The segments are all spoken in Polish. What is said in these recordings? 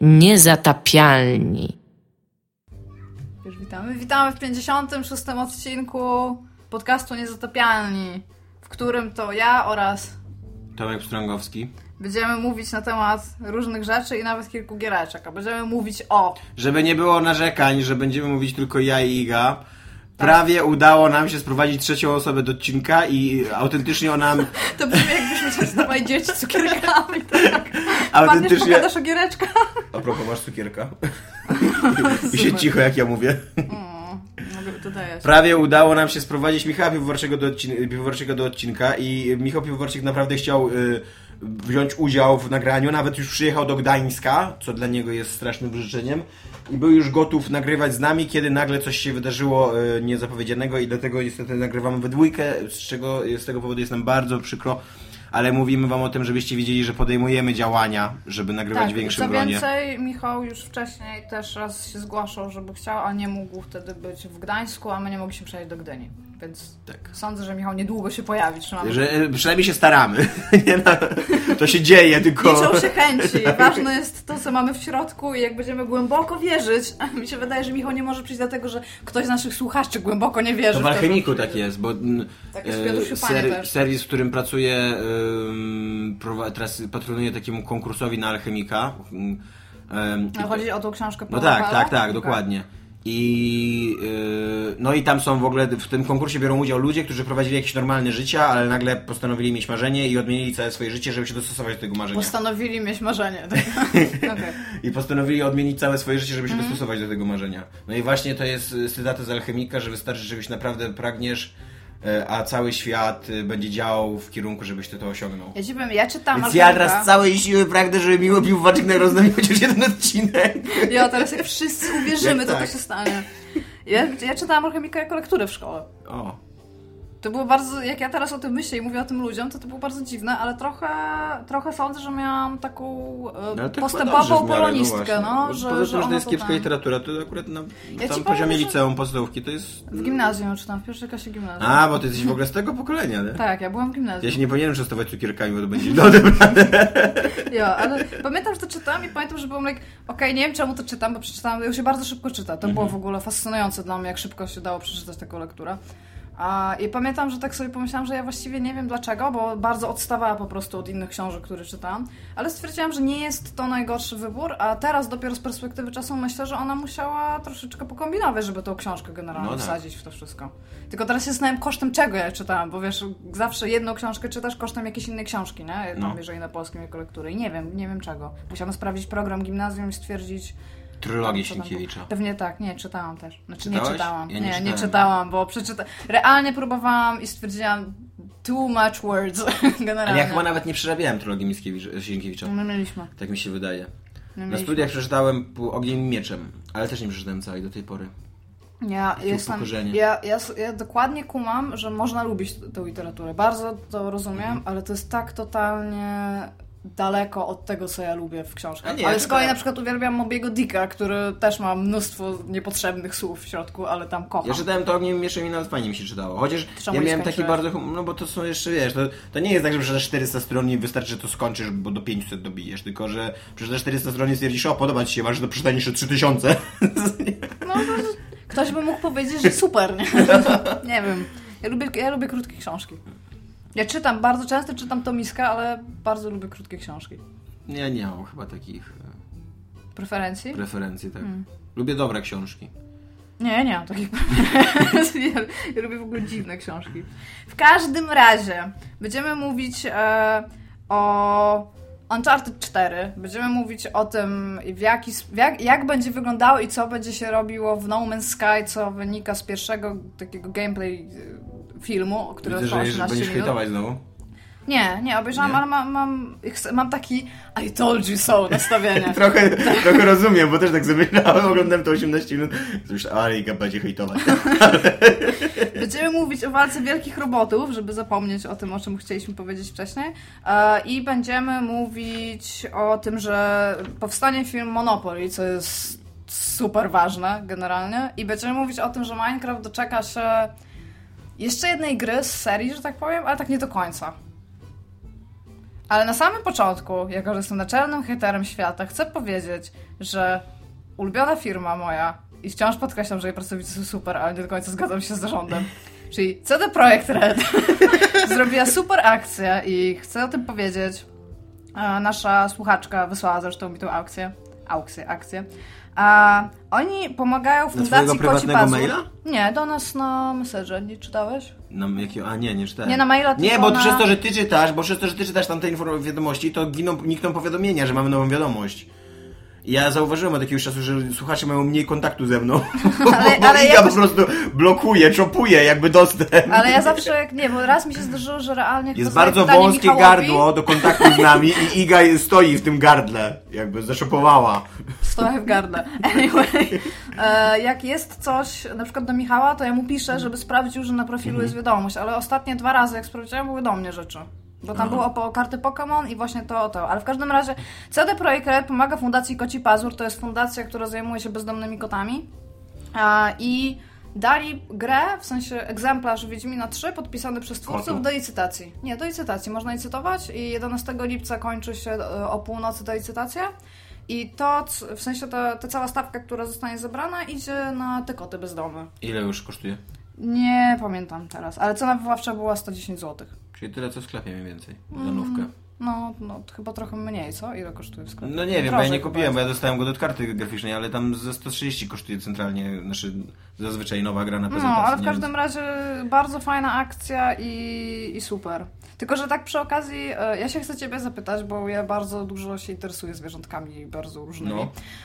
Niezatapialni. Już witamy w 56. odcinku podcastu Niezatapialni, w którym to ja oraz Tomek Pstrągowski będziemy mówić na temat różnych rzeczy i nawet kilku giereczek, a będziemy mówić o... Żeby nie było narzekań, że będziemy mówić tylko ja i Iga, prawie udało nam się sprowadzić trzecią osobę do odcinka i autentycznie ona... To brzmi jakbyśmy częstowali dzieci cukierkami, tak? Autentycznie... Pamiętasz, pogadasz o giereczkach? A propos, masz cukierka? I się cicho, jak ja mówię. Prawie udało nam się sprowadzić Michała Piwowarczyka do odcinka i Michał Piwowarczyk naprawdę chciał wziąć udział w nagraniu, nawet już przyjechał do Gdańska, co dla niego jest strasznym życzeniem i był już gotów nagrywać z nami, kiedy nagle coś się wydarzyło niezapowiedzianego i dlatego niestety nagrywamy we dwójkę, z tego powodu jest nam bardzo przykro. Ale mówimy wam o tym, żebyście wiedzieli, że podejmujemy działania, żeby nagrywać w większym gronie. Co więcej, Michał już wcześniej też raz się zgłaszał, żeby chciał, a nie mógł wtedy być w Gdańsku, a my nie mogliśmy przejść do Gdyni. Więc tak. Sądzę, że Michał niedługo się pojawi. Przynajmniej się staramy. To się dzieje, tylko... Liczą się chęci. Ważne jest to, co mamy w środku i jak będziemy głęboko wierzyć. A mi się wydaje, że Michał nie może przyjść dlatego, że ktoś z naszych słuchaczy głęboko nie wierzy. To w Alchemiku tak jest, bo tak jest serwis, w którym pracuję, teraz patronuję takiemu konkursowi na Alchemika. Ale chodzi o tą książkę. No tak, dokładnie. No i tam są w ogóle, w tym konkursie biorą udział ludzie, którzy prowadzili jakieś normalne życie, ale nagle postanowili mieć marzenie i odmienili całe swoje życie, żeby się dostosować do tego marzenia. Postanowili mieć marzenie. Okay. I postanowili odmienić całe swoje życie, żeby się dostosować do tego marzenia. No i właśnie to jest cytat z Alchemika, że wystarczy, żebyś naprawdę pragniesz, a cały świat będzie działał w kierunku, żebyś ty to osiągnął. Ja ci powiem, ja czytam Więc ja teraz z całej siły pragnę, żeby Miło Piwowarczyk nagrał z nami chociaż jeden odcinek. Ja teraz jak wszyscy uwierzymy, to się stanie. Ja czytałam Alchemika jako lekturę w szkole. O. To było bardzo, jak ja teraz o tym myślę i mówię o tym ludziom, to było bardzo dziwne, ale trochę sądzę, że miałam taką postępową polonistkę, że to jest kiepska literatura, to akurat na tam poziomie liceum, podstawówki to jest... W gimnazjum czytam, w pierwszej klasie gimnazjum. A, bo ty jesteś w ogóle z tego pokolenia, nie? Tak, ja byłam w gimnazjum. Ja się nie powinienem częstować cukierkami, bo to będzie źle odebrane. Ja, ale pamiętam, że to czytałam i pamiętam, że byłam okej, nie wiem czemu to czytam, bo przeczytałam, już się bardzo szybko czyta. To było w ogóle fascynujące dla mnie, jak szybko się dało przeczytać taką lekturę. I pamiętam, że tak sobie pomyślałam, że ja właściwie nie wiem dlaczego, bo bardzo odstawała po prostu od innych książek, które czytałam, ale stwierdziłam, że nie jest to najgorszy wybór, a teraz dopiero z perspektywy czasu myślę, że ona musiała troszeczkę pokombinować, żeby tą książkę generalnie wsadzić w to wszystko. Tylko teraz się zastanawiam kosztem czego ja czytałam, bo wiesz, zawsze jedną książkę czytasz kosztem jakiejś innej książki, nie? Tam jeżeli na polskim jako lektury i nie wiem czego. Musiałam sprawdzić program gimnazjum i stwierdzić... Trylogię Sienkiewicza. Pewnie tak, nie, czytałam też. Znaczy Czytałeś? nie czytałam. Ja nie czytałam, bo realnie próbowałam i stwierdziłam too much words, generalnie. Ale ja chyba nawet nie przerabiałem trylogii Sienkiewicza. My mieliśmy. Tak mi się wydaje. Na studiach przeczytałem Ogniem i Mieczem, ale też nie przeczytałem całej do tej pory. Ja dokładnie kumam, że można lubić tę literaturę. Bardzo to rozumiem, ale to jest tak totalnie daleko od tego, co ja lubię w książkach. Ale z kolei na przykład uwielbiam Mobiego Dicka, który też ma mnóstwo niepotrzebnych słów w środku, ale tam kocham. Ja czytałem to Ogniem i Mieczem i nawet fajnie mi się czytało. Chociaż ja miałem taki bardzo... No bo to są jeszcze, wiesz, to nie jest tak, że przeczytasz 400 stron i wystarczy, że to skończysz, bo do 500 dobijesz, tylko że przeczytasz 400 stron i stwierdzisz, podoba ci się, masz do przeczytania jeszcze 3000. No, ktoś by mógł powiedzieć, że super, nie? Nie wiem. Ja lubię krótkie książki. Ja bardzo często czytam Tomiska, ale bardzo lubię krótkie książki. Ja nie mam chyba takich... Preferencji? Preferencji, tak. Lubię dobre książki. Nie mam takich preferencji. Ja lubię w ogóle dziwne książki. W każdym razie będziemy mówić o Uncharted 4. Będziemy mówić o tym, jak będzie wyglądało i co będzie się robiło w No Man's Sky, co wynika z pierwszego takiego gameplay filmu, który trwa 18 minut. Będziesz hejtować znowu? Nie, obejrzałam, ale mam taki I told you so nastawienie. trochę rozumiem, bo też tak sobie myślałem, oglądałem to 18 minut. Myślałem, ale Iga będzie hejtować. Będziemy mówić o walce wielkich robotów, żeby zapomnieć o tym, o czym chcieliśmy powiedzieć wcześniej. I będziemy mówić o tym, że powstanie film Monopoly, co jest super ważne generalnie. I będziemy mówić o tym, że Minecraft doczeka się jeszcze jednej gry z serii, że tak powiem, ale tak nie do końca. Ale na samym początku, jako że jestem naczelnym hejterem świata, chcę powiedzieć, że ulubiona firma moja, i wciąż podkreślam, że jej pracownicy są super, ale nie do końca zgadzam się z zarządem, czyli CD Projekt Red zrobiła super akcję i chcę o tym powiedzieć. Nasza słuchaczka wysłała zresztą mi tą akcję. Oni pomagają Fundacji Koci Pazur. Maila? Nie, do nas na Messenger. Nie czytałeś? Nie czytałem. Nie na maila, tylko nie, bo przez to, że ty czytasz tamte wiadomości, to nikną powiadomienia, że mamy nową wiadomość. Ja zauważyłem od jakiegoś czasu, że słuchacze mają mniej kontaktu ze mną. Ale ja po prostu blokuje, czopuje jakby dostęp. Ale ja zawsze, bo raz mi się zdarzyło, że realnie... Jest bardzo wąskie gardło do kontaktu z nami i Iga stoi w tym gardle. Jakby zaszopowała. Stoję w gardle. Anyway, jak jest coś, na przykład do Michała, to ja mu piszę, żeby sprawdził, że na profilu jest wiadomość. Ale ostatnie 2 razy, jak sprawdziłem, były do mnie rzeczy. Bo tam było o karty Pokémon i właśnie to. Ale w każdym razie CD Projekt Red pomaga Fundacji Koci Pazur. To jest fundacja, która zajmuje się bezdomnymi kotami. I dali grę, w sensie egzemplarz Wiedźmina 3 podpisany przez twórców do licytacji. Nie, do licytacji. Można licytować i 11 lipca kończy się o północy ta licytacja. I to, w sensie ta cała stawka, która zostanie zebrana, idzie na te koty bezdomne. Ile już kosztuje? Nie pamiętam teraz, ale cena wywoławcza była 110 zł. Czyli tyle co w sklepie mniej więcej, za nówkę. No, chyba trochę mniej, co? Ile kosztuje w sklepie? No nie wiem, bo ja nie kupiłem, bo ja dostałem go do karty graficznej, ale tam ze 130 kosztuje centralnie, zazwyczaj nowa gra na prezentacji. No, ale w każdym razie bardzo fajna akcja i super. Tylko, że tak przy okazji, ja się chcę Ciebie zapytać, bo ja bardzo dużo się interesuję zwierzątkami bardzo różnymi.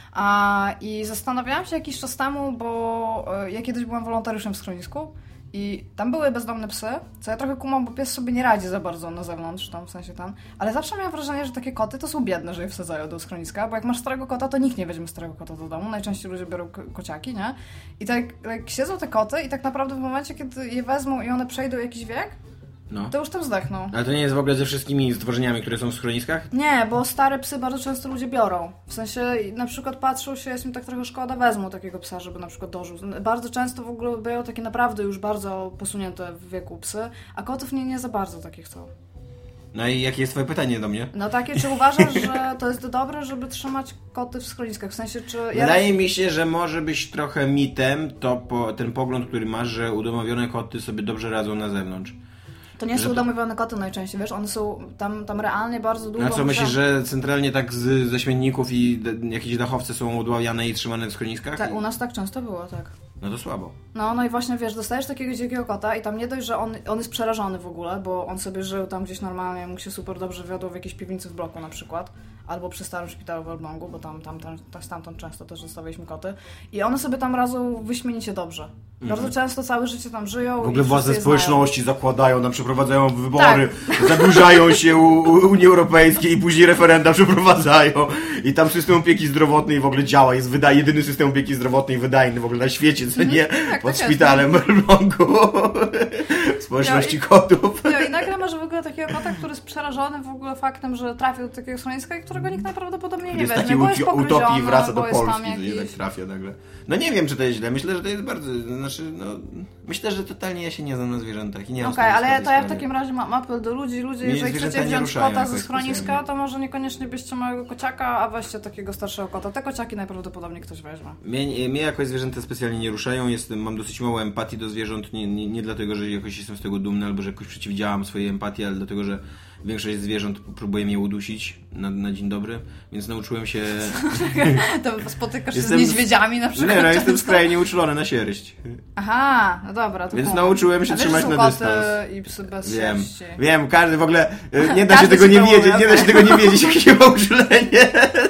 I zastanawiałam się jakiś czas temu, bo ja kiedyś byłam wolontariuszem w schronisku i tam były bezdomne psy, co ja trochę kumam, bo pies sobie nie radzi za bardzo na zewnątrz, tam w sensie tam. Ale zawsze miałam wrażenie, że takie koty to są biedne, że je wsadzają do schroniska, bo jak masz starego kota, to nikt nie weźmie starego kota do domu. Najczęściej ludzie biorą kociaki, nie? I tak siedzą te koty i tak naprawdę w momencie, kiedy je wezmą i one przejdą jakiś wiek, to już tam zdechną. Ale to nie jest w ogóle ze wszystkimi stworzeniami, które są w schroniskach? Nie, bo stare psy bardzo często ludzie biorą. W sensie na przykład patrzą się, jest mi tak trochę szkoda, wezmą takiego psa, żeby na przykład dożył. Bardzo często w ogóle biorą takie naprawdę już bardzo posunięte w wieku psy, a kotów nie za bardzo takie chcą. No i jakie jest twoje pytanie do mnie? No takie, czy uważasz, że to jest dobre, żeby trzymać koty w schroniskach? W sensie, czy... Wydaje mi się, że może być trochę mitem ten pogląd, który masz, że udomowione koty sobie dobrze radzą na zewnątrz. To nie są udomowione koty najczęściej, wiesz, one są tam realnie bardzo długo... A co, myślisz, że centralnie tak ze śmietników i jakieś dachowce są udławiane i trzymane w schroniskach? Tak, u nas tak często było, tak. No to słabo. No i właśnie, wiesz, dostajesz takiego dzikiego kota i tam nie dość, że on jest przerażony w ogóle, bo on sobie żył tam gdzieś normalnie, mu się super dobrze wiodło w jakiejś piwnicy w bloku na przykład, albo przy starym szpitalu w Elblągu, bo stamtąd często też zostawialiśmy koty i one sobie tam radzą wyśmienicie dobrze. Bardzo często całe życie tam żyją. W ogóle własne społeczności zakładają, nam przeprowadzają wybory, zadłużają się u Unii Europejskiej i później referenda przeprowadzają. I tam system opieki zdrowotnej w ogóle działa, jest jedyny system opieki zdrowotnej wydajny w ogóle na świecie, co nie? Pod szpitalem w Elblągu. Społeczności kotów. I nagle masz w ogóle takiego kota, który jest przerażony w ogóle faktem, że trafił do takiego schroniska i którego nikt najprawdopodobniej nie weźmie, bo jest utopii i wraca do Polski, jakiś... tak trafia nagle. No nie wiem, czy to jest źle. Myślę, że to jest bardzo... myślę, że totalnie ja się nie znam na zwierzętach i nie mam ale to ja w takim razie mam apel do ludzi, jeżeli chcecie wziąć kota ze schroniska, to może niekoniecznie byście małego kociaka, a weźcie takiego starszego kota. Te kociaki najprawdopodobniej ktoś weźmie. Mnie jakoś zwierzęta specjalnie nie ruszają, mam dosyć mało empatii do zwierząt, nie dlatego, że jakoś jestem z tego dumny, albo że jakoś przeciwdziałam swojej empatii, ale dlatego, że większość zwierząt próbuje mnie udusić na dzień dobry, więc nauczyłem się... To spotykasz się z niedźwiedziami na przykład? Nie, jestem skrajnie uczulony na sierść. Aha, no dobra. To więc nauczyłem się trzymać na dystans. I psy bez wiem, sierści. Wiem, każdy w ogóle... Nie da się tego nie wiedzieć, jakie ma uczulenie.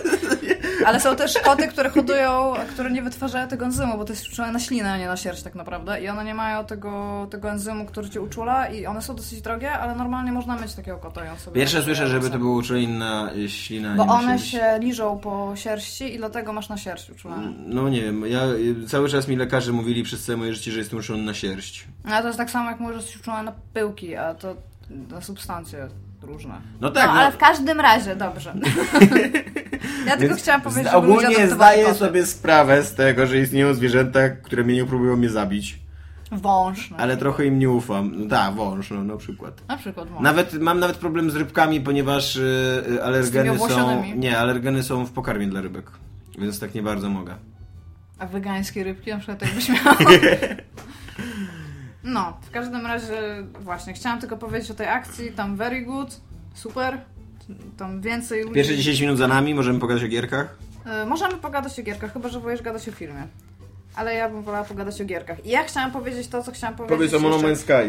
Ale są też koty, które hodują, które nie wytwarzają tego enzymu, bo to jest uczulone na ślinę, a nie na sierść tak naprawdę. I one nie mają tego enzymu, który cię uczula i one są dosyć drogie, ale normalnie można mieć takiego kota i on sobie... Pierwsze słyszę, żeby to było uczulenie na ślinę, bo one się liżą po sierści i dlatego masz na sierść uczulone. No nie wiem, cały czas mi lekarze mówili przez całe moje życie, że jestem uczulony na sierść. Ale to jest tak samo jak możesz być uczulony na pyłki, a to na substancje różne. No tak. Ale w każdym razie, dobrze. Ja tylko chciałam powiedzieć, ogólnie zdaję sobie sprawę z tego, że istnieją zwierzęta, które próbują mnie zabić. Wąż. Ale trochę im nie ufam. No tak, wąż, no na przykład. Na przykład wąż. Mam nawet problem z rybkami, ponieważ alergeny są... Nie, alergeny są w pokarmie dla rybek. Więc tak nie bardzo mogę. A wegańskie rybki na przykład jakbyś miał? No, w każdym razie właśnie, chciałam tylko powiedzieć o tej akcji, tam very good, super, tam więcej ludzi... Pierwsze 10 minut za nami, możemy pogadać o gierkach? Możemy pogadać o gierkach, chyba że wolisz gadać o filmie. Ale ja bym wolała pogadać o gierkach. I ja chciałam powiedzieć to, co chciałam powiedzieć. Powiedz o No Man's Sky.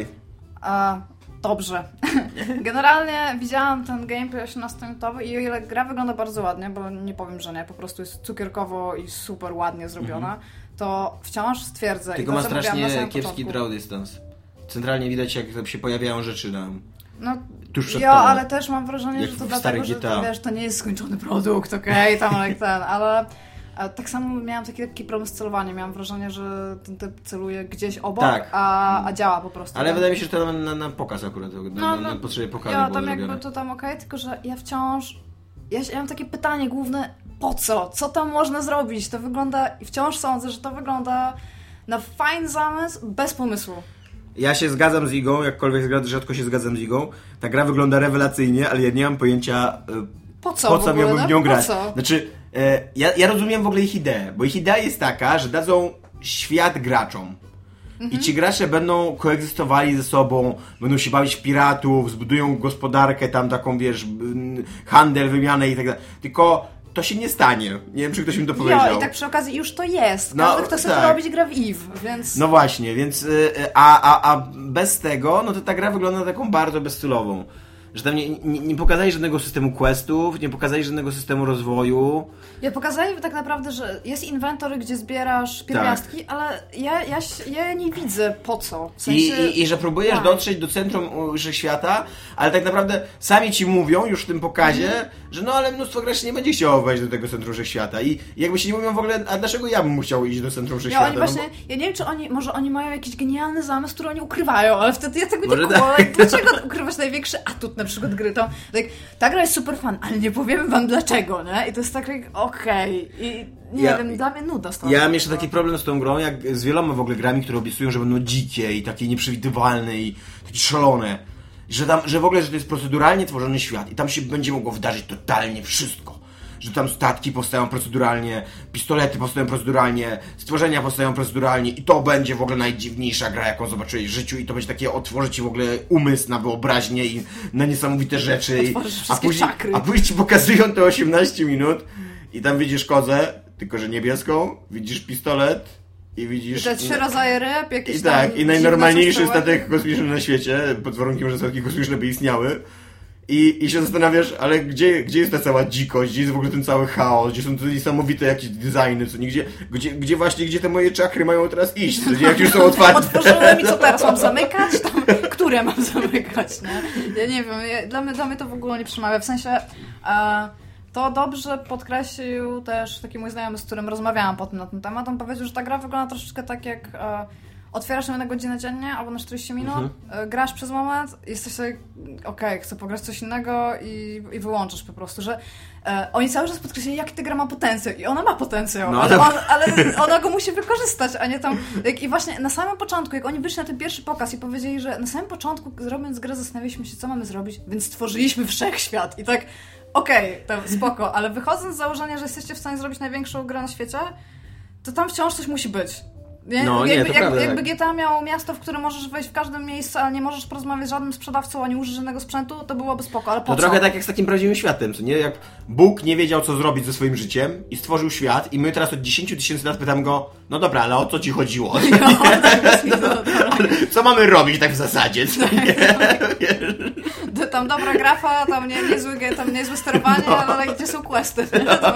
Dobrze. Generalnie widziałam ten gameplay 18-minutowy i o ile gra wygląda bardzo ładnie, bo nie powiem, że nie, po prostu jest cukierkowo i super ładnie zrobiona, to wciąż stwierdzę... Tylko ma strasznie kiepski draw distance. Centralnie widać, jak się pojawiają rzeczy no, tuż przed ja, tobą. ale też mam wrażenie, że to dlatego, że to, wiesz, to nie jest skończony produkt, okej, tam jak ten, ale tak samo miałam taki problem z celowaniem. Miałam wrażenie, że ten typ celuje gdzieś obok, tak. a działa po prostu. Ale wydaje mi się, że to na pokaz akurat, na potrzebie pokazu ja, było tam zrobione. jakby to tam okej, tylko że ja wciąż... Ja mam takie pytanie główne, po co? Co tam można zrobić? To wygląda... I wciąż sądzę, że to wygląda na fajny zamysł, bez pomysłu. Ja się zgadzam z Igą, jakkolwiek rzadko się zgadzam z Igą. Ta gra wygląda rewelacyjnie, ale ja nie mam pojęcia po co miałbym w nią grać. Znaczy, ja rozumiem w ogóle ich ideę, bo ich idea jest taka, że dadzą świat graczom. I ci gracze będą koegzystowali ze sobą, będą się bawić w piratów, zbudują gospodarkę tam taką, wiesz, handel, wymianę i tak dalej. Tylko to się nie stanie. Nie wiem, czy ktoś mi to powiedział. Jo, i tak przy okazji już to jest. Każdy, kto chce to robić, gra w EVE, więc... No właśnie, więc... A bez tego, no to ta gra wygląda taką bardzo bezcelową. Że tam nie pokazali żadnego systemu questów, nie pokazali żadnego systemu rozwoju. Ja pokazali tak naprawdę, że jest inwentory, gdzie zbierasz pierwiastki, tak. Ale ja nie widzę po co. W sensie... I że próbujesz dotrzeć do centrum świata, ale tak naprawdę sami ci mówią już w tym pokazie, że no ale mnóstwo graczy nie będzie chciało wejść do tego centrum świata. I jakby się nie mówią w ogóle, a dlaczego ja bym musiał iść do centrum świata? Oni właśnie, ja nie wiem, czy może oni mają jakiś genialny zamysł, który oni ukrywają, ale wtedy ja tego nie kumam. Dlaczego ukrywać największy atut na przykład gry? Ta gra jest super fun, ale nie powiemy wam dlaczego, nie? I to jest tak okej. I nie wiem, dla mnie nuda stąd. Ja mam jeszcze taki problem z tą grą, jak z wieloma w ogóle grami, które obiecują, że będą dzikie i takie nieprzewidywalne i takie szalone. Że w ogóle, że to jest proceduralnie tworzony świat i tam się będzie mogło wydarzyć totalnie wszystko. Że tam statki powstają proceduralnie, pistolety powstają proceduralnie, stworzenia powstają proceduralnie i to będzie w ogóle najdziwniejsza gra, jaką zobaczyłeś w życiu i to będzie takie, otworzy ci w ogóle umysł na wyobraźnię i na niesamowite rzeczy. A później ci pokazują te 18 minut i tam widzisz kozę, tylko że niebieską, widzisz pistolet i widzisz... I te 3 rodzaje ryb, jakieś i tak, i najnormalniejszy statek kosmiczny na świecie, pod warunkiem, że statki kosmiczne by istniały. I się zastanawiasz, ale gdzie jest ta cała dzikość, gdzie jest w ogóle ten cały chaos, gdzie są te niesamowite jakieś designy, co nigdzie, gdzie te moje czakry mają teraz iść, jak już są otwarte. Otworzyłem i co teraz mam zamykać? Które mam zamykać, nie? Ja nie wiem, dla mnie to w ogóle nie przemawia, w sensie to dobrze podkreślił też taki mój znajomy, z którym rozmawiałam potem na ten temat, on powiedział, że ta gra wygląda troszeczkę tak jak... Otwierasz ją na godzinę dziennie, albo na 40 minut, grasz przez moment, jesteś sobie, chcę pograć coś innego i wyłączasz po prostu, że oni cały czas podkreślili, jaki ta gra ma potencjał i ona ma potencjał, no, ale ona go musi wykorzystać, a nie tam... I właśnie na samym początku, jak oni wyszli na ten pierwszy pokaz i powiedzieli, że na samym początku, robiąc grę, zastanawialiśmy się, co mamy zrobić, więc stworzyliśmy wszechświat i tak, to spoko, ale wychodząc z założenia, że jesteście w stanie zrobić największą grę na świecie, to tam wciąż coś musi być. Jakby GTA miało miasto, w które możesz wejść w każde miejsce, ale nie możesz porozmawiać z żadnym sprzedawcą, ani użyć żadnego sprzętu, to byłoby spoko, ale po co? To trochę tak jak z takim prawdziwym światem, co nie? Jak Bóg nie wiedział, co zrobić ze swoim życiem i stworzył świat i my teraz od 10 000 lat pytam go, no dobra, ale o co ci chodziło? Ale co mamy robić tak w zasadzie? Co nie? Tam dobra grafa, tam niezłe sterowanie, ale gdzie są questy?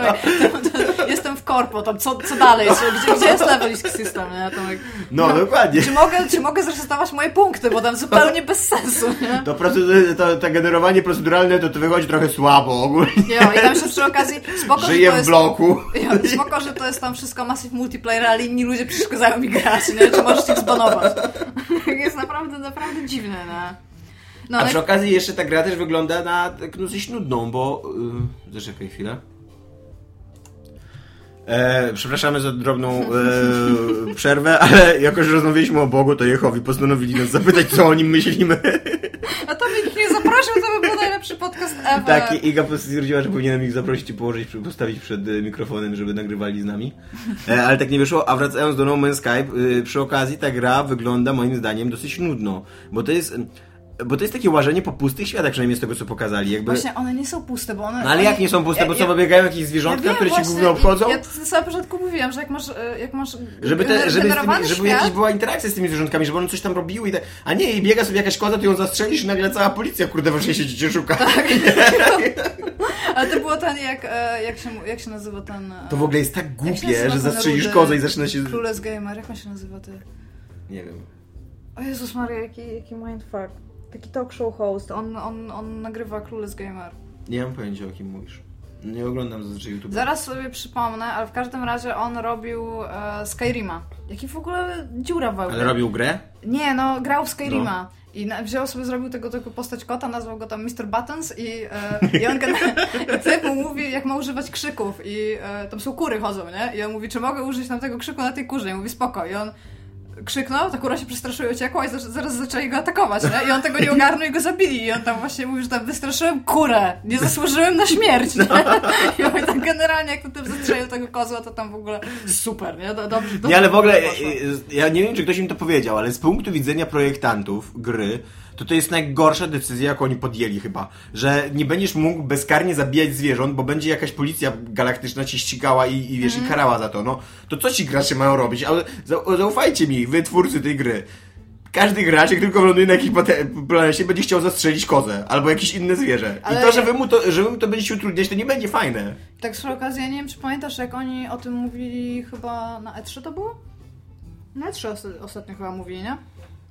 Jestem w korpo, tam co dalej? Gdzie jest leveling system? Nie? Dokładnie. Czy mogę zresetować moje punkty, bo tam zupełnie bez sensu. Nie? To generowanie proceduralne to wychodzi trochę słabo ogólnie. I tam się przy okazji spoko, żyję w bloku. Spoko, że to jest tam wszystko massive multiplayer, ale inni ludzie przeszkadzają mi grać, nie? Czy możesz ich zbanować? Jest naprawdę dziwne, nie? A przy okazji jeszcze ta gra też wygląda na dosyć nudną, bo... Zaczekaj chwilę. Przepraszamy za drobną przerwę, ale jako, że rozmawialiśmy o Bogu, to Jehowi postanowili nas zapytać, co o nim myślimy. A to by ich nie zaprosił, to by był najlepszy podcast ever. Tak, i Iga stwierdziła, że powinienem ich zaprosić i postawić przed mikrofonem, żeby nagrywali z nami. Ale tak nie wyszło. A wracając do No Man's Sky, przy okazji ta gra wygląda moim zdaniem dosyć nudno, bo to jest takie łażenie po pustych światach, przynajmniej z tego, co pokazali. Jakby... Właśnie, one nie są puste, bo one... No ale jak nie są puste, bo co, biegają jakieś zwierzątka, które ci głównie obchodzą? Ja na samym początku mówiłam, że jak masz żeby jakaś była interakcja z tymi zwierzątkami, żeby one coś tam robiły i tak... A nie, i biega sobie jakaś koza, ty ją zastrzelisz i nagle cała policja, kurde, właśnie siedzi cię szuka. Tak. Ale to było ten, jak się nazywa ten... To w ogóle jest tak głupie, że zastrzelisz kozę i zaczyna się... Clueless Gamer, jak on się nazywa, ty? Nie wiem. O Jezus Maria, jaki mindfuck. Taki talk show host, on nagrywa Clueless Gamer. Nie mam pojęcia, o kim mówisz. Nie oglądam zazwyczaj YouTube. Zaraz sobie przypomnę, ale w każdym razie on robił Skyrima. Jaki w ogóle dziura w Ale robił grę? Nie, no grał w Skyrima. No. I wziął sobie, zrobił tego postać kota, nazwał go tam Mr. Buttons i on typ mu mówi, jak ma używać krzyków i tam są kury chodzą, nie? I on mówi, czy mogę użyć tam tego krzyku na tej kurze? I mówi, spoko. I on krzyknął, ta kura się przestraszyła i uciekła i zaraz zaczęli go atakować, nie? I on tego nie ogarnął i go zabili. I on tam właśnie mówi, że tam wystraszyłem kurę, nie zasłużyłem na śmierć, nie? I on tak generalnie, jak to tym zastrzelił tego kozła, to tam w ogóle super, nie? Dobrze. Nie, ale w ogóle, ja nie wiem, czy ktoś im to powiedział, ale z punktu widzenia projektantów gry, to jest najgorsza decyzja, jaką oni podjęli chyba. Że nie będziesz mógł bezkarnie zabijać zwierząt, bo będzie jakaś policja galaktyczna cię ścigała i wiesz, i karała za to, no. To co ci gracze mają robić? Ale zaufajcie mi, wy twórcy tej gry. Każdy gracz, jak tylko ląduje na jakiejś planecie, będzie chciał zastrzelić kozę albo jakieś inne zwierzę. Ale... I to, że wy mu to będziecie utrudniać, to nie będzie fajne. Tak przy okazji, ja nie wiem, czy pamiętasz, jak oni o tym mówili chyba na E3 to było? Na E3 ostatnio chyba mówili, nie?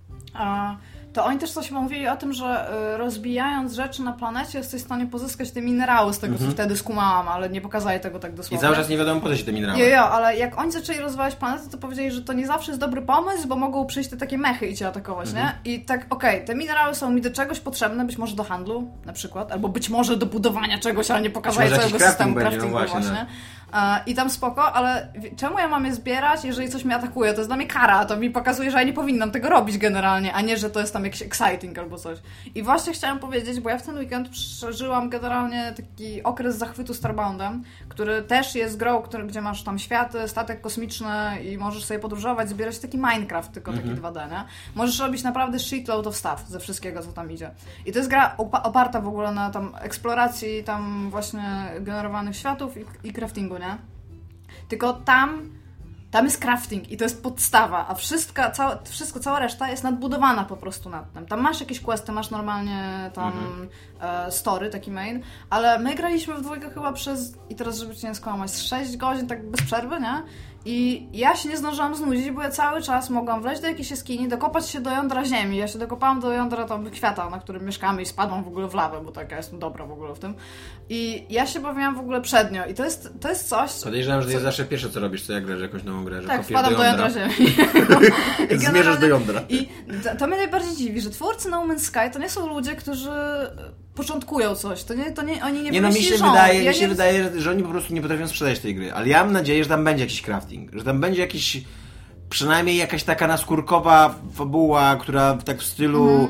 To oni też coś mówili o tym, że rozbijając rzeczy na planecie jesteś w stanie pozyskać te minerały z tego, co wtedy skumałam, ale nie pokazali tego tak dosłownie. I cały czas nie wiadomo, po co się te minerały. Jo, ale jak oni zaczęli rozwijać planetę, to powiedzieli, że to nie zawsze jest dobry pomysł, bo mogą przyjść te takie mechy i cię atakować, nie? I tak, okej, te minerały są mi do czegoś potrzebne, być może do handlu na przykład, albo być może do budowania czegoś, ale nie pokazali całego systemu craftingu właśnie. I tam spoko, ale czemu ja mam je zbierać, jeżeli coś mnie atakuje? To jest dla mnie kara, to mi pokazuje, że ja nie powinnam tego robić generalnie, a nie, że to jest tam jakiś exciting albo coś. I właśnie chciałam powiedzieć, bo ja w ten weekend przeżyłam generalnie taki okres zachwytu Starboundem, który też jest grą, gdzie masz tam światy, statek kosmiczny i możesz sobie podróżować, zbierać taki Minecraft, tylko taki 2D, nie? Możesz robić naprawdę shitload of stuff ze wszystkiego, co tam idzie. I to jest gra oparta w ogóle na tam eksploracji tam właśnie generowanych światów i craftingu, nie? Tylko tam jest crafting i to jest podstawa, a cała reszta jest nadbudowana po prostu nad tym. Tam masz jakieś questy, masz normalnie tam story, taki main, ale my graliśmy w dwójkę chyba i teraz żeby cię nie skłamać, 6 godzin tak bez przerwy, nie? I ja się nie zdążyłam znudzić, bo ja cały czas mogłam wleźć do jakiejś jaskini, dokopać się do jądra ziemi. Ja się dokopałam do jądra tam kwiata, na którym mieszkamy i spadłam w ogóle w lawę, bo taka jestem dobra w ogóle w tym. I ja się bawiłam w ogóle przednio i to jest coś... Podejrzewam, że to jest zawsze pierwsze, co robisz, co jak grasz jakąś nową grę, że tak, wpadam do jądra ziemi. Zmierzasz do jądra. I to mnie najbardziej dziwi, że twórcy No Man's Sky to nie są ludzie, którzy początkują coś. Oni nie mi się wydaje, że oni po prostu nie potrafią sprzedać tej gry. Ale ja mam nadzieję, że tam będzie jakiś crafting. Że tam będzie jakiś, przynajmniej jakaś taka naskórkowa fabuła, która tak w stylu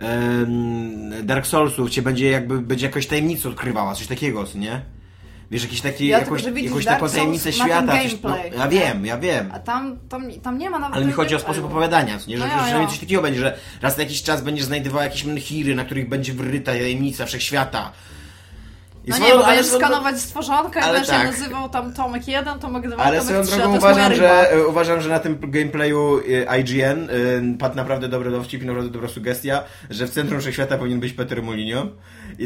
Dark Soulsów cię będzie jakaś tajemnicę odkrywała, coś takiego, nie? Wiesz, jakąś taką tajemnicę świata. Ja wiem. A tam nie ma nawet... Ale mi chodzi o sposób opowiadania, nie? Że przynajmniej coś takiego będzie, że raz na jakiś czas będziesz znajdował jakieś menhiry, na których będzie wryta tajemnica wszechświata. Będziesz skanować stworzonka i będziesz nazywał tam Tomek 1, Tomek 2, ale Tomek 3, drogą uważam, że na tym gameplayu IGN padł naprawdę dobry dowcip i naprawdę dobra sugestia, że w centrum wszechświata powinien być Peter Molinio. I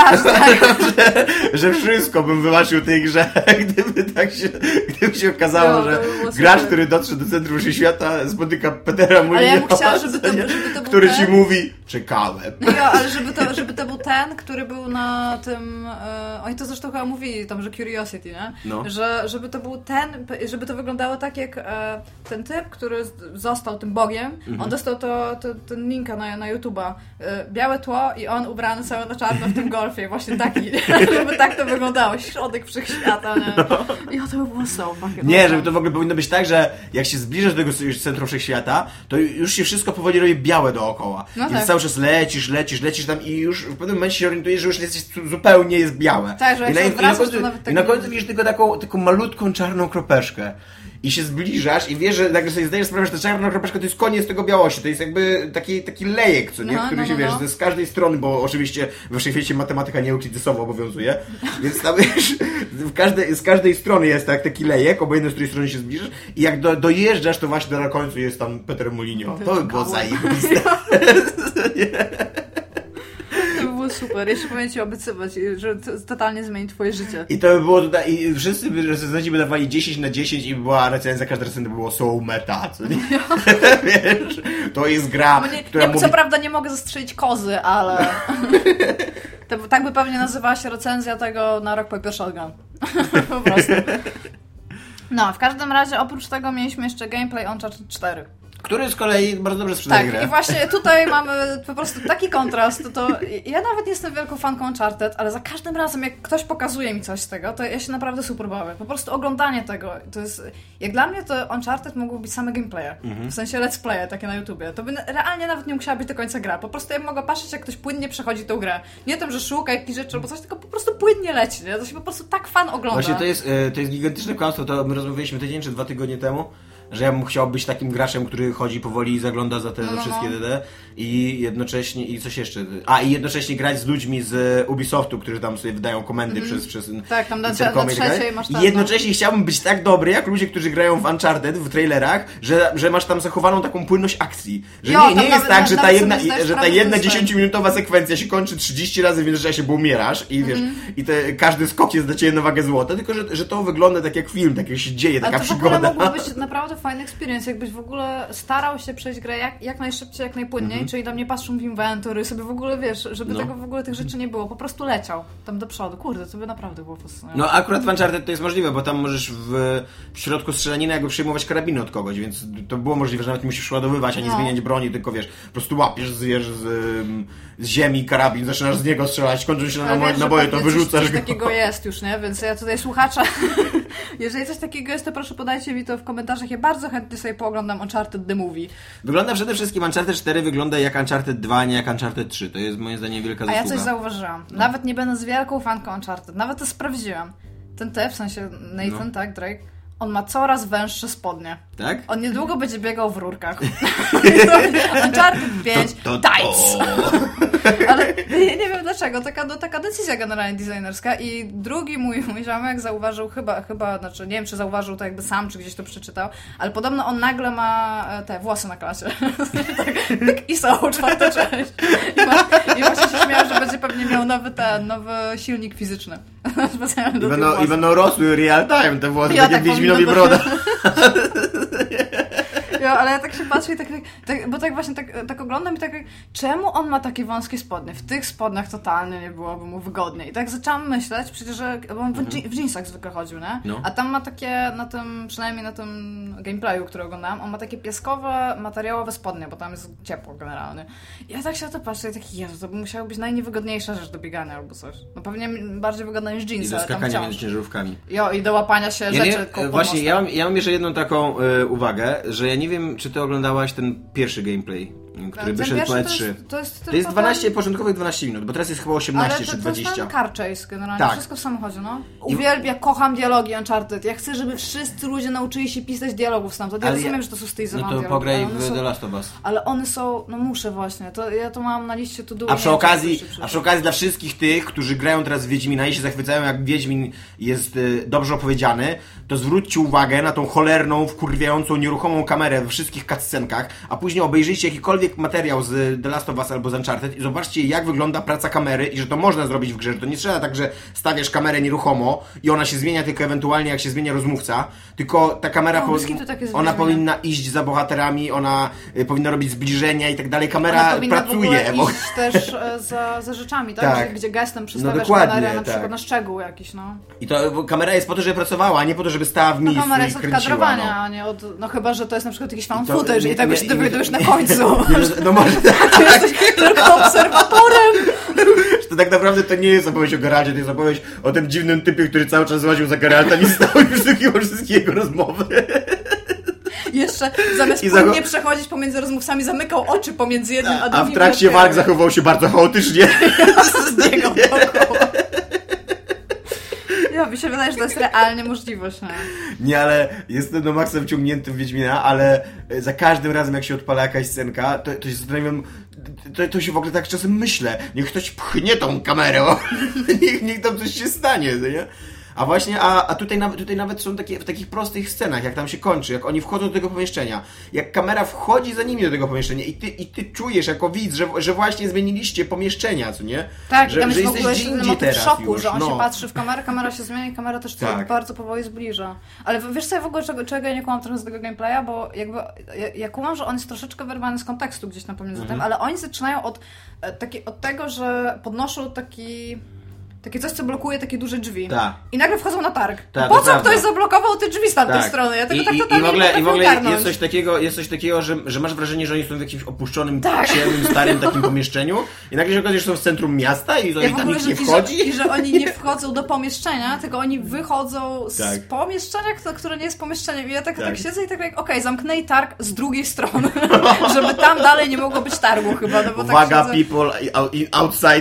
że wszystko bym wybaczył tej grze, gdyby się okazało, że gracz, który dotrze do centrum wszechświata, spotyka Petera Molinio, ale ja bym chciała, żeby to który ci mówi, czekałem. No ale żeby to był ten, który był na tym oni to zresztą chyba mówili tam, że Curiosity, nie? No. Że żeby to był żeby to wyglądało tak jak ten typ, który został tym bogiem, on dostał ten linka na YouTube'a, białe tło i on ubrany cały na czarno w tym golfie, właśnie taki, żeby tak to wyglądało, środek wszechświata, nie? I to by było so fucking Nie, żeby to w ogóle powinno być tak, że jak się zbliżasz do tego centrum wszechświata, to już się wszystko powoli robi białe dookoła. No I tak. cały czas lecisz tam i już w pewnym momencie się orientujesz, że już zupełnie jest białe. Tak, że jak się odwracasz, to nawet I na końcu widzisz tylko taką malutką czarną kropeczkę. I się zbliżasz i wiesz, że nagle sobie zdajesz sprawę, że ta czarna kropeczka to jest koniec tego białości. To jest jakby taki lejek, co nie? Który się wiesz, z każdej strony, bo oczywiście we wszechświecie matematyka nieuklidysowa obowiązuje, więc tam wiesz, z każdej strony jest taki lejek, obojętnie z której strony się zbliżasz i jak dojeżdżasz, to właśnie na końcu jest tam Peter Molinio. To by było zajebiste. To by było super. Jeszcze powinien ci obiecywać, że to totalnie zmieni twoje życie. I to by było tutaj, i wszyscy recenzenci by dawali 10/10 i była recenzja, każda recenzja by było so meta, co nie? Wiesz, to jest gra, która mówi... Co prawda nie mogę zastrzelić kozy, ale... tak by pewnie nazywała się recenzja tego na Rock Paper Shotgun. Po prostu. No, w każdym razie oprócz tego mieliśmy jeszcze gameplay Uncharted 4. Który z kolei bardzo dobrze sprzedaje grę. Tak, i właśnie tutaj mamy po prostu taki kontrast, to ja nawet jestem wielką fanką Uncharted, ale za każdym razem jak ktoś pokazuje mi coś z tego, to ja się naprawdę super bawię. Po prostu oglądanie tego, to jest... Jak dla mnie to Uncharted mogły być same gameplaye, w sensie let's playe takie na YouTubie. To by realnie nawet nie musiała być do końca gra. Po prostu ja mogę patrzeć, jak ktoś płynnie przechodzi tą grę. Nie tym, że szuka jakichś rzeczy albo coś, tylko po prostu płynnie leci, nie? To się po prostu tak fan ogląda. Właśnie to jest gigantyczne kłamstwo, to my rozmawialiśmy tydzień czy 2 tygodnie temu, że ja bym chciał być takim graczem, który chodzi powoli i zagląda za te wszystkie DD i jednocześnie, i coś jeszcze, i jednocześnie grać z ludźmi z Ubisoftu, którzy tam sobie wydają komendy przez tak, tam na trzeciej masz tam, i jednocześnie chciałbym być tak dobry, jak ludzie, którzy grają w Uncharted w trailerach, że masz tam zachowaną taką płynność akcji. Że nie jest tak, że ta jedna 10-minutowa sekwencja się kończy 30 razy w międzyczasie, bo umierasz i wiesz, każdy skok jest dla ciebie na wagę złota, tylko że to wygląda tak jak film, tak jak się dzieje, taka przygoda. Ale to mogło być naprawdę fajny experience, jakbyś w ogóle starał się przejść grę jak najszybciej, jak najpłynniej, czyli tam nie patrzą w inwentory, sobie w ogóle wiesz, żeby tego w ogóle tych rzeczy nie było, po prostu leciał tam do przodu. Kurde, to by naprawdę było fascynujące. No akurat w Uncharted to jest możliwe, bo tam możesz w środku strzelaniny jakby przyjmować karabiny od kogoś, więc to było możliwe, że nawet nie musisz ładowywać, ani zmieniać broni, tylko wiesz, po prostu łapiesz z ziemi karabin, zaczynasz z niego strzelać, kończą się naboje, to wyrzucasz coś go. takiego jest już, nie? Więc ja tutaj słuchacza, jeżeli coś takiego jest, to proszę podajcie mi to w komentarzach, ja bardzo chętnie sobie pooglądam Uncharted The Movie. Wygląda przede wszystkim Uncharted 4 wygląda jak Uncharted 2, a nie jak Uncharted 3. To jest moim zdaniem wielka zasługa. A ja coś zauważyłam. Nawet nie będąc wielką fanką Uncharted, nawet to sprawdziłam. Ten typ, w sensie Nathan, tak, Drake, on ma coraz węższe spodnie. Tak? On niedługo będzie biegał w rurkach. Uncharted 5, tights! Ale ja nie wiem dlaczego, taka decyzja generalnie designerska i drugi mój ziomek zauważył, chyba, znaczy nie wiem czy zauważył to jakby sam, czy gdzieś to przeczytał, ale podobno on nagle ma te włosy na klasie. tak i są, 4. część. I właśnie się śmiał, że będzie pewnie miał nowy silnik fizyczny. I będą rosły real time te włosy, tak jak Wiedźminowi broda. Ale ja tak się patrzę i bo tak właśnie tak oglądam i tak czemu on ma takie wąskie spodnie? W tych spodniach totalnie nie byłoby mu wygodnie. I tak zaczęłam myśleć, przecież że on w jeansach zwykle chodził, nie? No. A tam ma takie, przynajmniej na tym gameplayu, który oglądałam, on ma takie piaskowe, materiałowe spodnie, bo tam jest ciepło generalnie. I ja tak się na to patrzę i taki, Jezu, to by musiało być najniewygodniejsza rzecz do biegania albo coś. No pewnie bardziej wygodna niż jeansy. I do skakania między ciężarówkami. I do łapania się rzeczy. Właśnie, ja mam jeszcze jedną taką uwagę, że ja nie wiem, czy ty oglądałaś ten pierwszy gameplay, który wyszedł po E3. To jest 12, początkowych 12 minut, bo teraz jest chyba 18 czy 20. To jest ten car chase generalnie, tak. Wszystko w samochodzie, no. Kocham dialogi Uncharted. Ja chcę, żeby wszyscy ludzie nauczyli się pisać dialogów stamtąd. Ja rozumiem, że to są stylizowane dialogi. No to pograj w The Last of Us. Ale one są, muszę właśnie, ja to mam na liście to A przy okazji dla wszystkich tych, którzy grają teraz w Wiedźmina i się zachwycają, jak Wiedźmin jest dobrze opowiedziany, to zwróćcie uwagę na tą cholerną, wkurwiającą, nieruchomą kamerę we wszystkich cutscenkach, a później obejrzyjcie jakikolwiek jakikolwiek materiał z The Last of Us albo z Uncharted i zobaczcie, jak wygląda praca kamery i że to można zrobić w grze, że to nie trzeba tak, że stawiasz kamerę nieruchomo i ona się zmienia tylko ewentualnie jak się zmienia rozmówca, tylko ta kamera ona powinna iść za bohaterami, ona powinna robić zbliżenia i tak dalej, kamera pracuje. Bo iść też za rzeczami, tak? Gdzie gestem przedstawiasz kamerę na przykład na szczegół jakiś, no. I to kamera jest po to, żeby pracowała, a nie po to, żeby stała w miejscu kamera jest i od kadrowania, a nie od... No chyba, że to jest na przykład jakiś fan footage i tego się dowiadujesz na końcu. No może tak. Ty jesteś tylko obserwatorem. To tak naprawdę to nie jest opowieść o Geralcie, to jest opowieść o tym dziwnym typie, który cały czas łaził za Geraltem i stał i przysłuchiwał wszystkie jego rozmowy. Jeszcze zamiast płynnie przechodzić pomiędzy rozmówcami, zamykał oczy pomiędzy jednym a drugim. A w trakcie walk zachował się bardzo chaotycznie. Z niego dookoła. Ja, mi się wydaje, że to jest realnie możliwość. Nie, ale jestem do maksa wciągnięty w Wiedźmina, ale za każdym razem jak się odpala jakaś scenka, to się zastanawiam, to się w ogóle tak czasem myślę, niech ktoś pchnie tą kamerę, niech tam coś się stanie, nie? A właśnie, a tutaj nawet są w takich prostych scenach, jak tam się kończy, jak oni wchodzą do tego pomieszczenia, jak kamera wchodzi za nimi do tego pomieszczenia i ty czujesz jako widz, że właśnie zmieniliście pomieszczenia, co nie? Tak, że tam jest w ogóle jesteś jeszcze motyw szoku, już, że on się patrzy w kamerę, kamera się zmienia i kamera też bardzo powoli zbliża. Ale wiesz co, ja w ogóle czego ja nie kumam trochę z tego gameplaya, bo jakby ja kumam, że on jest troszeczkę wyrwany z kontekstu gdzieś tam pomiędzy tym, ale oni zaczynają od tego, że podnoszą takie coś, co blokuje takie duże drzwi. Tak. I nagle wchodzą na targ. Ta, po co ktoś zablokował te drzwi z tamtej strony? Ja tego tak totalnie nie w ogóle jest coś takiego, że masz wrażenie, że oni są w jakimś opuszczonym, ciemnym, starym takim pomieszczeniu i nagle się okazuje, że są w centrum miasta i tam nikt nie wchodzi. I że oni nie wchodzą do pomieszczenia, tylko oni wychodzą z pomieszczenia, które nie jest pomieszczeniem. I ja tak siedzę i tak jak, okej, zamknęli targ z drugiej strony, żeby tam dalej nie mogło być targu chyba. No bo uwaga, tak people outside.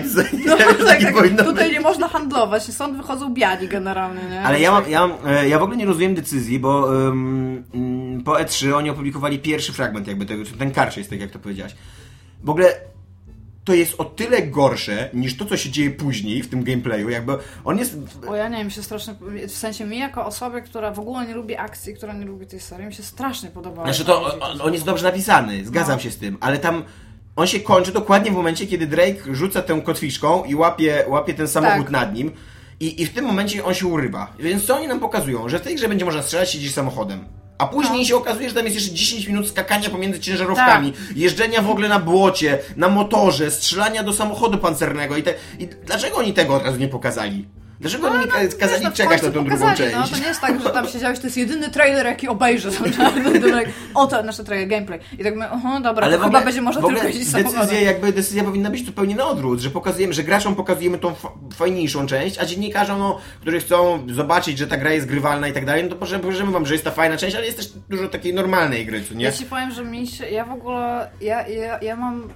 Tutaj nie można handlować, stąd wychodzą biali generalnie, nie? Ale ja w ogóle nie rozumiem decyzji, bo po E3 oni opublikowali pierwszy fragment jakby tego, ten karczy jest tak jak to powiedziałaś. W ogóle to jest o tyle gorsze niż to, co się dzieje później w tym gameplayu, jakby on jest... O ja nie wiem, mi się strasznie... W sensie mi jako osobie, która w ogóle nie lubi akcji, która nie lubi tej serii, mi się strasznie podobało. Znaczy to on jest dobrze napisany, zgadzam się z tym, ale tam on się kończy dokładnie w momencie, kiedy Drake rzuca tę kotwiczką i łapie ten samochód nad nim i w tym momencie on się urywa. Więc co oni nam pokazują? Że w tej grze będzie można strzelać i jeździć samochodem. A później się okazuje, że tam jest jeszcze 10 minut skakania pomiędzy ciężarówkami, jeżdżenia w ogóle na błocie, na motorze, strzelania do samochodu pancernego i dlaczego oni tego od razu nie pokazali? Dlaczego oni kazali czekać na tą drugą część? No, to nie jest tak, że tam siedziałeś, to jest jedyny trailer, jaki obejrzę. Oto nasz trailer, gameplay. I tak my, dobra, ale chyba będzie można tylko jeździć samochodem. Decyzja powinna być zupełnie na odwrót, że graczom pokazujemy tą fajniejszą część, a dziennikarzom, którzy chcą zobaczyć, że ta gra jest grywalna i tak dalej, no to pokażemy wam, że jest ta fajna część, ale jest też dużo takiej normalnej gry, co nie? Ja ci powiem, że ja w ogóle, ja mam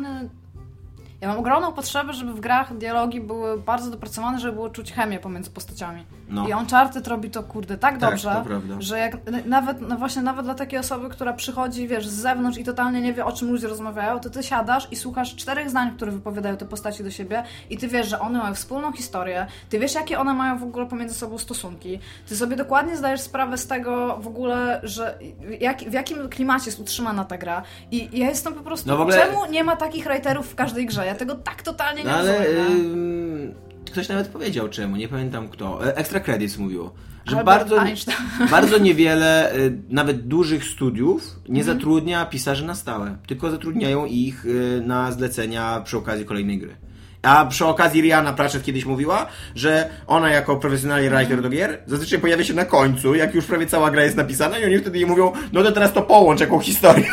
ogromną potrzebę, żeby w grach dialogi były bardzo dopracowane, żeby było czuć chemię pomiędzy postaciami. No. I Uncharted robi to, tak dobrze, że jak nawet dla takiej osoby, która przychodzi, z zewnątrz i totalnie nie wie, o czym ludzie rozmawiają, to ty siadasz i słuchasz 4 zdań, które wypowiadają te postaci do siebie i ty wiesz, że one mają wspólną historię, ty wiesz, jakie one mają w ogóle pomiędzy sobą stosunki, ty sobie dokładnie zdajesz sprawę z tego w ogóle, że w jakim klimacie jest utrzymana ta gra i ja jestem po prostu, czemu nie ma takich writerów w każdej grze? Ja tego tak totalnie nie rozumiem. Ktoś nawet powiedział czemu, nie pamiętam kto. Extra Credits mówiło, że bardzo niewiele, nawet dużych studiów nie zatrudnia pisarzy na stałe, tylko zatrudniają ich na zlecenia przy okazji kolejnej gry. A przy okazji Rihanna Pratchett kiedyś mówiła, że ona jako profesjonalny writer do gier zazwyczaj pojawia się na końcu, jak już prawie cała gra jest napisana i oni wtedy jej mówią, no to teraz to połącz jaką historią.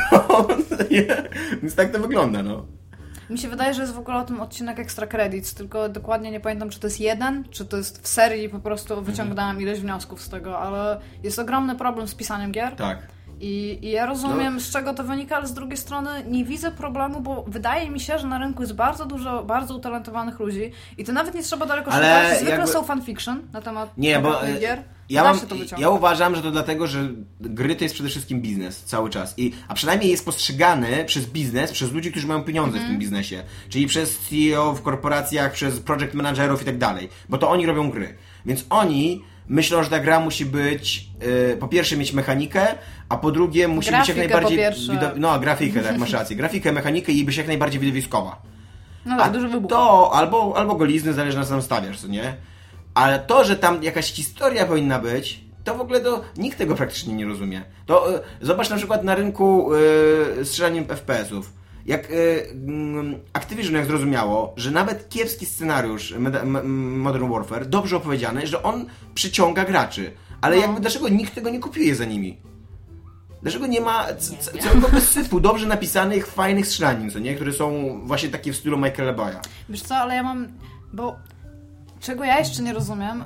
Więc tak to wygląda, no. Mi się wydaje, że jest w ogóle o tym odcinek Extra Credits, tylko dokładnie nie pamiętam, czy to jest jeden, czy to jest w serii, po prostu wyciągnęłam ileś wniosków z tego, ale jest ogromny problem z pisaniem gier. Tak. I ja rozumiem, z czego to wynika, ale z drugiej strony nie widzę problemu, bo wydaje mi się, że na rynku jest bardzo dużo bardzo utalentowanych ludzi i to nawet nie trzeba daleko szukać. Zwykle są fanfiction na temat gier. Ja uważam, że to dlatego, że gry to jest przede wszystkim biznes cały czas. A przynajmniej jest postrzegany przez biznes, przez ludzi, którzy mają pieniądze w tym biznesie. Czyli przez CEO w korporacjach, przez project managerów i tak dalej. Bo to oni robią gry. Więc oni myślą, że ta gra musi być, po pierwsze mieć mechanikę, a po drugie musi grafikę być jak najbardziej... No, grafikę, tak, masz rację. Grafikę, mechanikę i być jak najbardziej widowiskowa. No tak, dużo wybuchów. To albo golizny, zależy na co tam stawiasz, co nie? Ale to, że tam jakaś historia powinna być, to w ogóle nikt tego praktycznie nie rozumie. To zobacz na przykład na rynku strzelaniem FPS-ów. Jak Activision jak zrozumiało, że nawet kiepski scenariusz Modern Warfare, dobrze opowiedziany, że on przyciąga graczy. Ale jakby dlaczego nikt tego nie kopiuje za nimi? Dlaczego nie ma całego sypu dobrze napisanych, fajnych strzelanin, co nie? Które są właśnie takie w stylu Michaela Baya. Wiesz co, ale ja mam... Bo czego ja jeszcze nie rozumiem,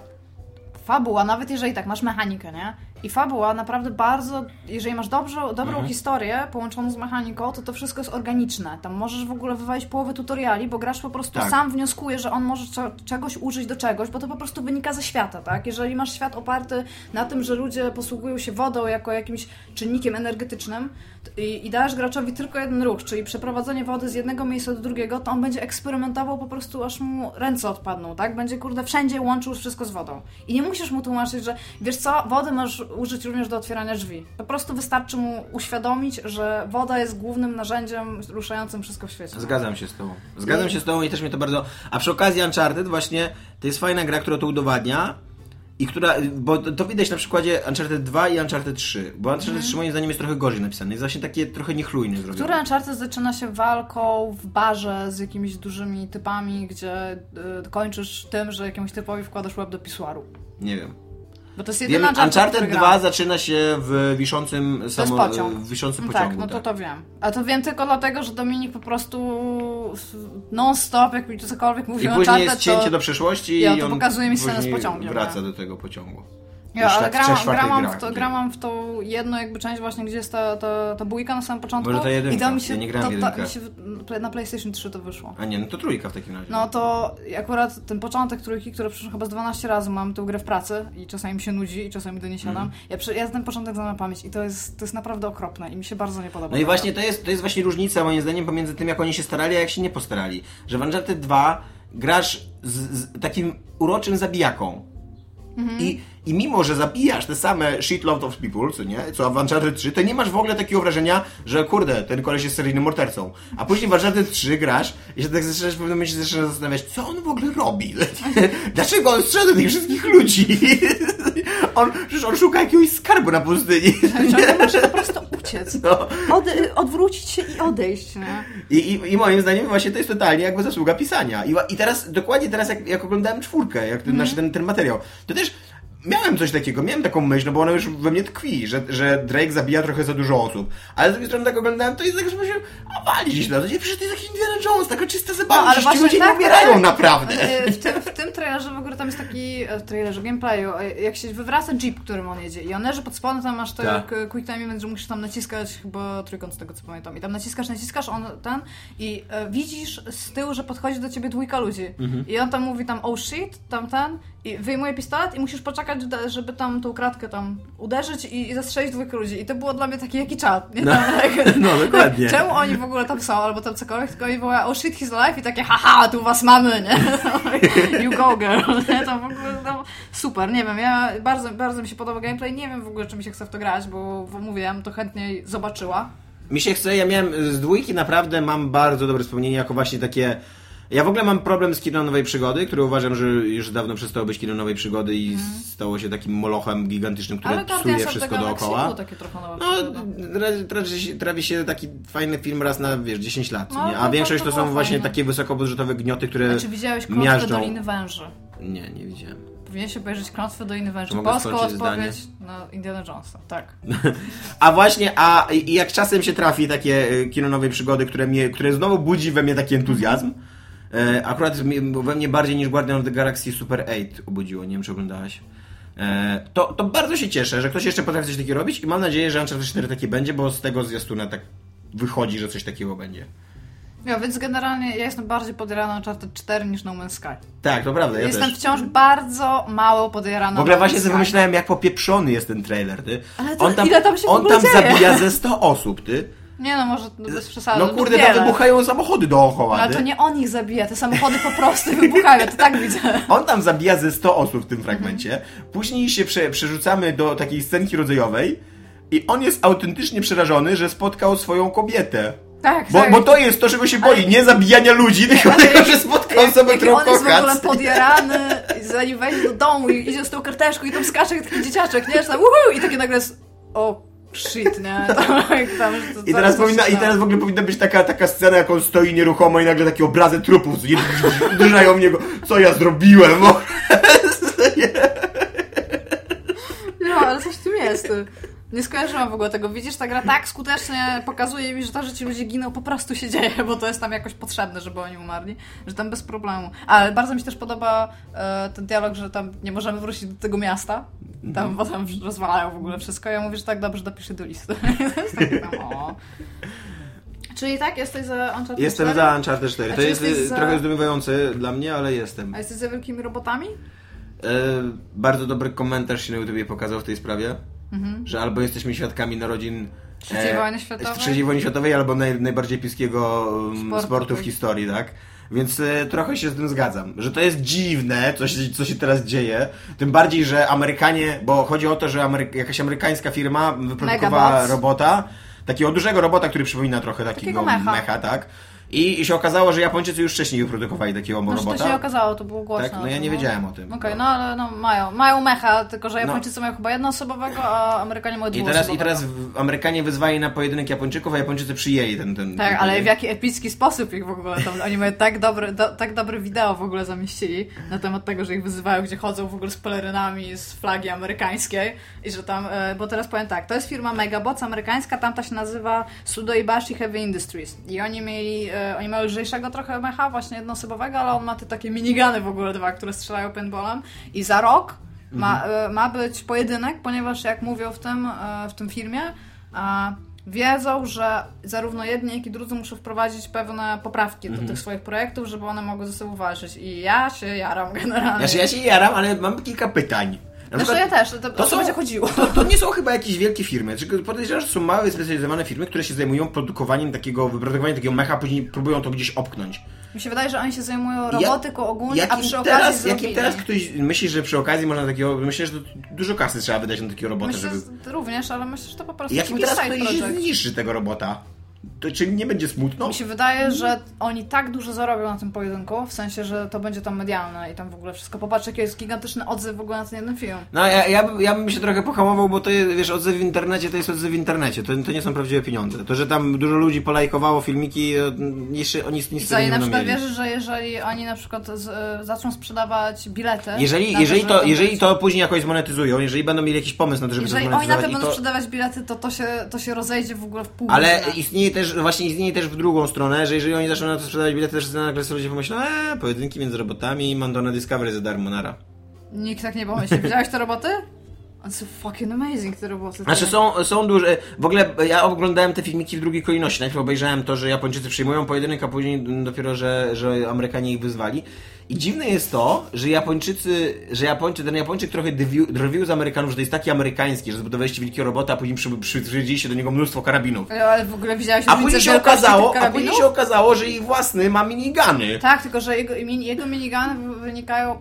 fabuła, nawet jeżeli tak, masz mechanikę, nie? I fabuła naprawdę bardzo, jeżeli masz dobrą historię połączoną z mechaniką, to wszystko jest organiczne. Tam możesz w ogóle wywalić połowę tutoriali, bo gracz po prostu sam wnioskuje, że on może czegoś użyć do czegoś, bo to po prostu wynika ze świata, tak? Jeżeli masz świat oparty na tym, że ludzie posługują się wodą jako jakimś czynnikiem energetycznym i dajesz graczowi tylko jeden ruch, czyli przeprowadzenie wody z jednego miejsca do drugiego, to on będzie eksperymentował po prostu, aż mu ręce odpadną, tak? Będzie, wszędzie łączył wszystko z wodą. I nie musisz mu tłumaczyć, że wiesz co, wodę masz użyć również do otwierania drzwi. Po prostu wystarczy mu uświadomić, że woda jest głównym narzędziem ruszającym wszystko w świecie. Zgadzam się z tobą. Zgadzam się z tobą i też mnie to bardzo... A przy okazji Uncharted właśnie to jest fajna gra, która to udowadnia i która... Bo to widać na przykładzie Uncharted 2 i Uncharted 3. Bo Uncharted 3 moim zdaniem jest trochę gorzej napisane. Jest właśnie takie trochę niechlujnie zrobione. Który Uncharted zaczyna się walką w barze z jakimiś dużymi typami, gdzie kończysz tym, że jakiemuś typowi wkładasz łeb do pisuaru. Nie wiem. Bo to jest jedyny Uncharted 2 zaczyna się w wiszącym pociągu. Tak, no to wiem. A to wiem tylko dlatego, że Dominik po prostu non-stop, jak mi to cokolwiek mówi o Uncharted, później jest cięcie do przeszłości i on pokazuje mi scenę z pociągiem. Wraca do tego pociągu. Ja, ale grałam w tą jedną jakby część właśnie, gdzie jest ta bójka na samym początku. Może ta jedynka, i to mi się, ja nie grałem na PlayStation 3 to wyszło. A nie, no to trójka w takim razie. No to akurat ten początek trójki, który przeszło chyba z 12 razy mam tę grę w pracy i czasami mi się nudzi i czasami do niej siadam. Ja ten początek znam na pamięć i to jest naprawdę okropne i mi się bardzo nie podoba. No i właśnie to jest właśnie różnica moim zdaniem pomiędzy tym, jak oni się starali, a jak się nie postarali. Że w Uncharted 2 grasz z takim uroczym zabijaką. I mimo, że zabijasz te same shitload of people, co nie, co w Uncharted 3, to nie masz w ogóle takiego wrażenia, że kurde, ten koleś jest seryjnym mordercą. A później w Uncharted 3 grasz i się tak zaczynasz w pewnym momencie zastanawiać, co on w ogóle robi? Dlaczego on strzela do tych wszystkich ludzi? Przecież on szuka jakiegoś skarbu na pustyni. On może po prostu uciec. No. Odwrócić się i odejść. Nie? I moim zdaniem właśnie to jest totalnie jakby zasługa pisania. I teraz, dokładnie teraz jak oglądałem czwórkę, jak ten materiał, to też miałem coś takiego, miałem taką myśl, no bo ona już we mnie tkwi, że Drake zabija trochę za dużo osób. Ale z drugiej strony tak oglądałem, to jest tak, że myślałem, a wali gdzieś na to, przecież to jest jakiś Indiana Jones, taka czysta zabawa, przecież ci ludzie nie umierają naprawdę. W tym trailerze w ogóle tam jest taki, w trailerze, gameplayu, jak się wywraca jeep, którym on jedzie i on leży pod spodem, tam masz quick time event, że musisz tam naciskać chyba trójkąt z tego co pamiętam i tam naciskasz, on i widzisz z tyłu, że podchodzi do ciebie dwójka ludzi i on tam mówi tam oh shit, i wyjmuje pistolet i musisz poczekać, żeby tam tą kratkę tam uderzyć i zastrzelić dwójkę ludzi. I to było dla mnie taki jaki czat. Nie? No, dokładnie. Czemu oni w ogóle tam są, albo tam cokolwiek, tylko oni wołają, oh shit, he's alive i takie, haha, tu was mamy, nie? You go girl. Nie? To w ogóle super, nie wiem, bardzo mi się podoba gameplay, nie wiem w ogóle, czy mi się chce w to grać, bo mówiłem, to chętniej zobaczyła. Mi się chce, ja miałem z dwójki naprawdę mam bardzo dobre wspomnienie, jako właśnie takie. Ja w ogóle mam problem z kino nowej przygody, który uważam, że już dawno przestało być kino nowej przygody i stało się takim molochem gigantycznym, które psuje wszystko dookoła. Takie trochę nowe trawi się taki fajny film raz na 10 lat, nie? A większość to są właśnie takie wysokobudżetowe gnioty, które czy widziałeś Klątwę Doliny Węży? Nie widziałem. Powinieneś obejrzeć Klątwę Doliny Węży. Polską odpowiedź na Indiana Jonesa. Tak. A właśnie, jak czasem się trafi takie kino nowej przygody, które znowu budzi we mnie taki entuzjazm, akurat we mnie bardziej niż Guardian of the Galaxy Super 8 obudziło, nie wiem czy oglądałaś. To bardzo się cieszę, że ktoś jeszcze potrafi coś takiego robić i mam nadzieję, że Uncharted 4 takie będzie, bo z tego zwiastuna tak wychodzi, że coś takiego będzie. Ja, więc generalnie ja jestem bardziej podjarana na Uncharted 4 niż No Man's Sky. Tak, to prawda, ja jestem też. wciąż bardzo mało podjarana. W ogóle właśnie sobie pomyślałem, jak popieprzony jest ten trailer, ty. Ale ile tam się on tam zabija ze 100 osób, ty. Nie no, może bez przesady. No kurde, tam wybuchają samochody dookoła. No ale to nie on ich zabija, te samochody po prostu wybuchają, to tak widzę. On tam zabija ze 100 osób w tym fragmencie. Później się przerzucamy do takiej scenki rodzajowej i on jest autentycznie przerażony, że spotkał swoją kobietę. Tak, bo to jest to, czego się boi. Nie zabijania ludzi, tylko tego, że spotkał osobę, którą kocha. On jest w ogóle podjarany, zanim wejdzie do domu i idzie z tą karteczką i tam skacze jak taki dzieciaczek, nie? Że tam i takie nagle jest... O, shit, nie? I teraz w ogóle powinna być taka scena, jak on stoi nieruchomo i nagle takie obrazy trupów uderzają w niego. Co ja zrobiłem? No, ale coś w tym jest. Nie skojarzyłam w ogóle tego. Widzisz, ta gra tak skutecznie pokazuje mi, że to, że ci ludzie giną, po prostu się dzieje, bo to jest tam jakoś potrzebne, żeby oni umarli, że tam bez problemu. Ale bardzo mi się też podoba ten dialog, że tam nie możemy wrócić do tego miasta. Tam potem rozwalają w ogóle wszystko. Ja mówię, że tak dobrze dopiszę do listy. To jest takie tam, Czyli tak, jesteś za Uncharted 4? Jestem za Uncharted 4. To jest trochę zdumiewające dla mnie, ale jestem. A jesteś za wielkimi robotami? Bardzo dobry komentarz się na YouTubie pokazał w tej sprawie. Że albo jesteśmy świadkami narodzin III wojny światowej, albo najbardziej epickiego sportu w historii, tak? Więc trochę się z tym zgadzam, że to jest dziwne, co się teraz dzieje. Tym bardziej, że Amerykanie, bo chodzi o to, że jakaś amerykańska firma wyprodukowała robota, takiego dużego robota, który przypomina trochę takiego mecha, tak? I się okazało, że Japończycy już wcześniej wyprodukowali takiego robota. To się okazało, to było głośno. Tak, no ja nie wiedziałem o tym. Okej, no ale mają mecha, tylko że Japończycy mają chyba jednoosobowego, a Amerykanie mają dwuosobowego. I teraz Amerykanie wyzwali na pojedynek Japończyków, a Japończycy przyjęli ten Tak, ale w jaki epicki sposób ich w ogóle tam, oni mają tak dobre wideo w ogóle zamieścili na temat tego, że ich wyzywają, gdzie chodzą w ogóle z pelerynami z flagi amerykańskiej i że tam, bo teraz powiem tak, to jest firma Megabots amerykańska, tamta się nazywa Sudoibashi Heavy Industries i oni mają lżejszego trochę mecha, właśnie jednoosobowego, ale on ma te takie minigany w ogóle dwa, które strzelają paintballem i za rok ma być pojedynek, ponieważ jak mówią w tym filmie, wiedzą, że zarówno jedni, jak i drudzy muszą wprowadzić pewne poprawki do tych swoich projektów, żeby one mogły ze sobą walczyć. I ja się jaram generalnie. Ja się jaram, ale mam kilka pytań. Ja też, to będzie chodziło. To nie są chyba jakieś wielkie firmy. Podejrzewam, że są małe, specjalizowane firmy, które się zajmują wyprodukowaniem takiego mecha, a później próbują to gdzieś opchnąć. Mi się wydaje, że oni się zajmują robotyką ogólnie, a przy okazji jakim teraz ktoś myśli, że przy okazji można takiego... Myślę, że dużo kasy trzeba wydać na takiego robota, myślę, również, ale myślę, że to po prostu jakim teraz ktoś zniszczy tego robota? To czy nie będzie smutno? Mi się wydaje, że oni tak dużo zarobią na tym pojedynku, w sensie, że to będzie tam medialne i tam w ogóle wszystko. Popatrz, jaki jest gigantyczny odzew w ogóle na ten jeden film. No ja bym się trochę pohamował, bo to jest, wiesz, odzew w internecie to jest odzew w internecie. To nie są prawdziwe pieniądze. To, że tam dużo ludzi polajkowało filmiki, nic nie będą na przykład wierzysz, że jeżeli oni na przykład zaczną sprzedawać bilety... Jeżeli to później jakoś zmonetyzują, jeżeli będą mieli jakiś pomysł na to, żeby to zmonetyzować... Jeżeli oni na to będą sprzedawać bilety, to się rozejdzie w ogóle w pół. Ale istnieje też w drugą stronę, że jeżeli oni zaczną na to sprzedawać bilety, też nagle sobie ludzie pomyślą, pojedynki między robotami i Mando na Discovery za darmo, nara. Nikt tak nie pomyśli. Widziałeś te roboty? One są fucking amazing, te roboty. Znaczy są duże. W ogóle ja oglądałem te filmiki w drugiej kolejności. Najpierw obejrzałem to, że Japończycy przyjmują pojedynek, a później dopiero, że Amerykanie ich wyzwali. I dziwne jest to, że ten Japończyk trochę drwił z Amerykanów, że to jest taki amerykański, że zbudowaliście wielkiego robota, a później przywieźliście do niego mnóstwo karabinów. Ale w ogóle widziałeś a później się okazało, że ich własny ma minigany. Tak, tylko że jego minigany wynikają...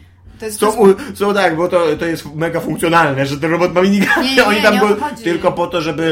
Tak, bo to jest mega funkcjonalne, że ten robot ma minigany. Oni tam go tylko po to, żeby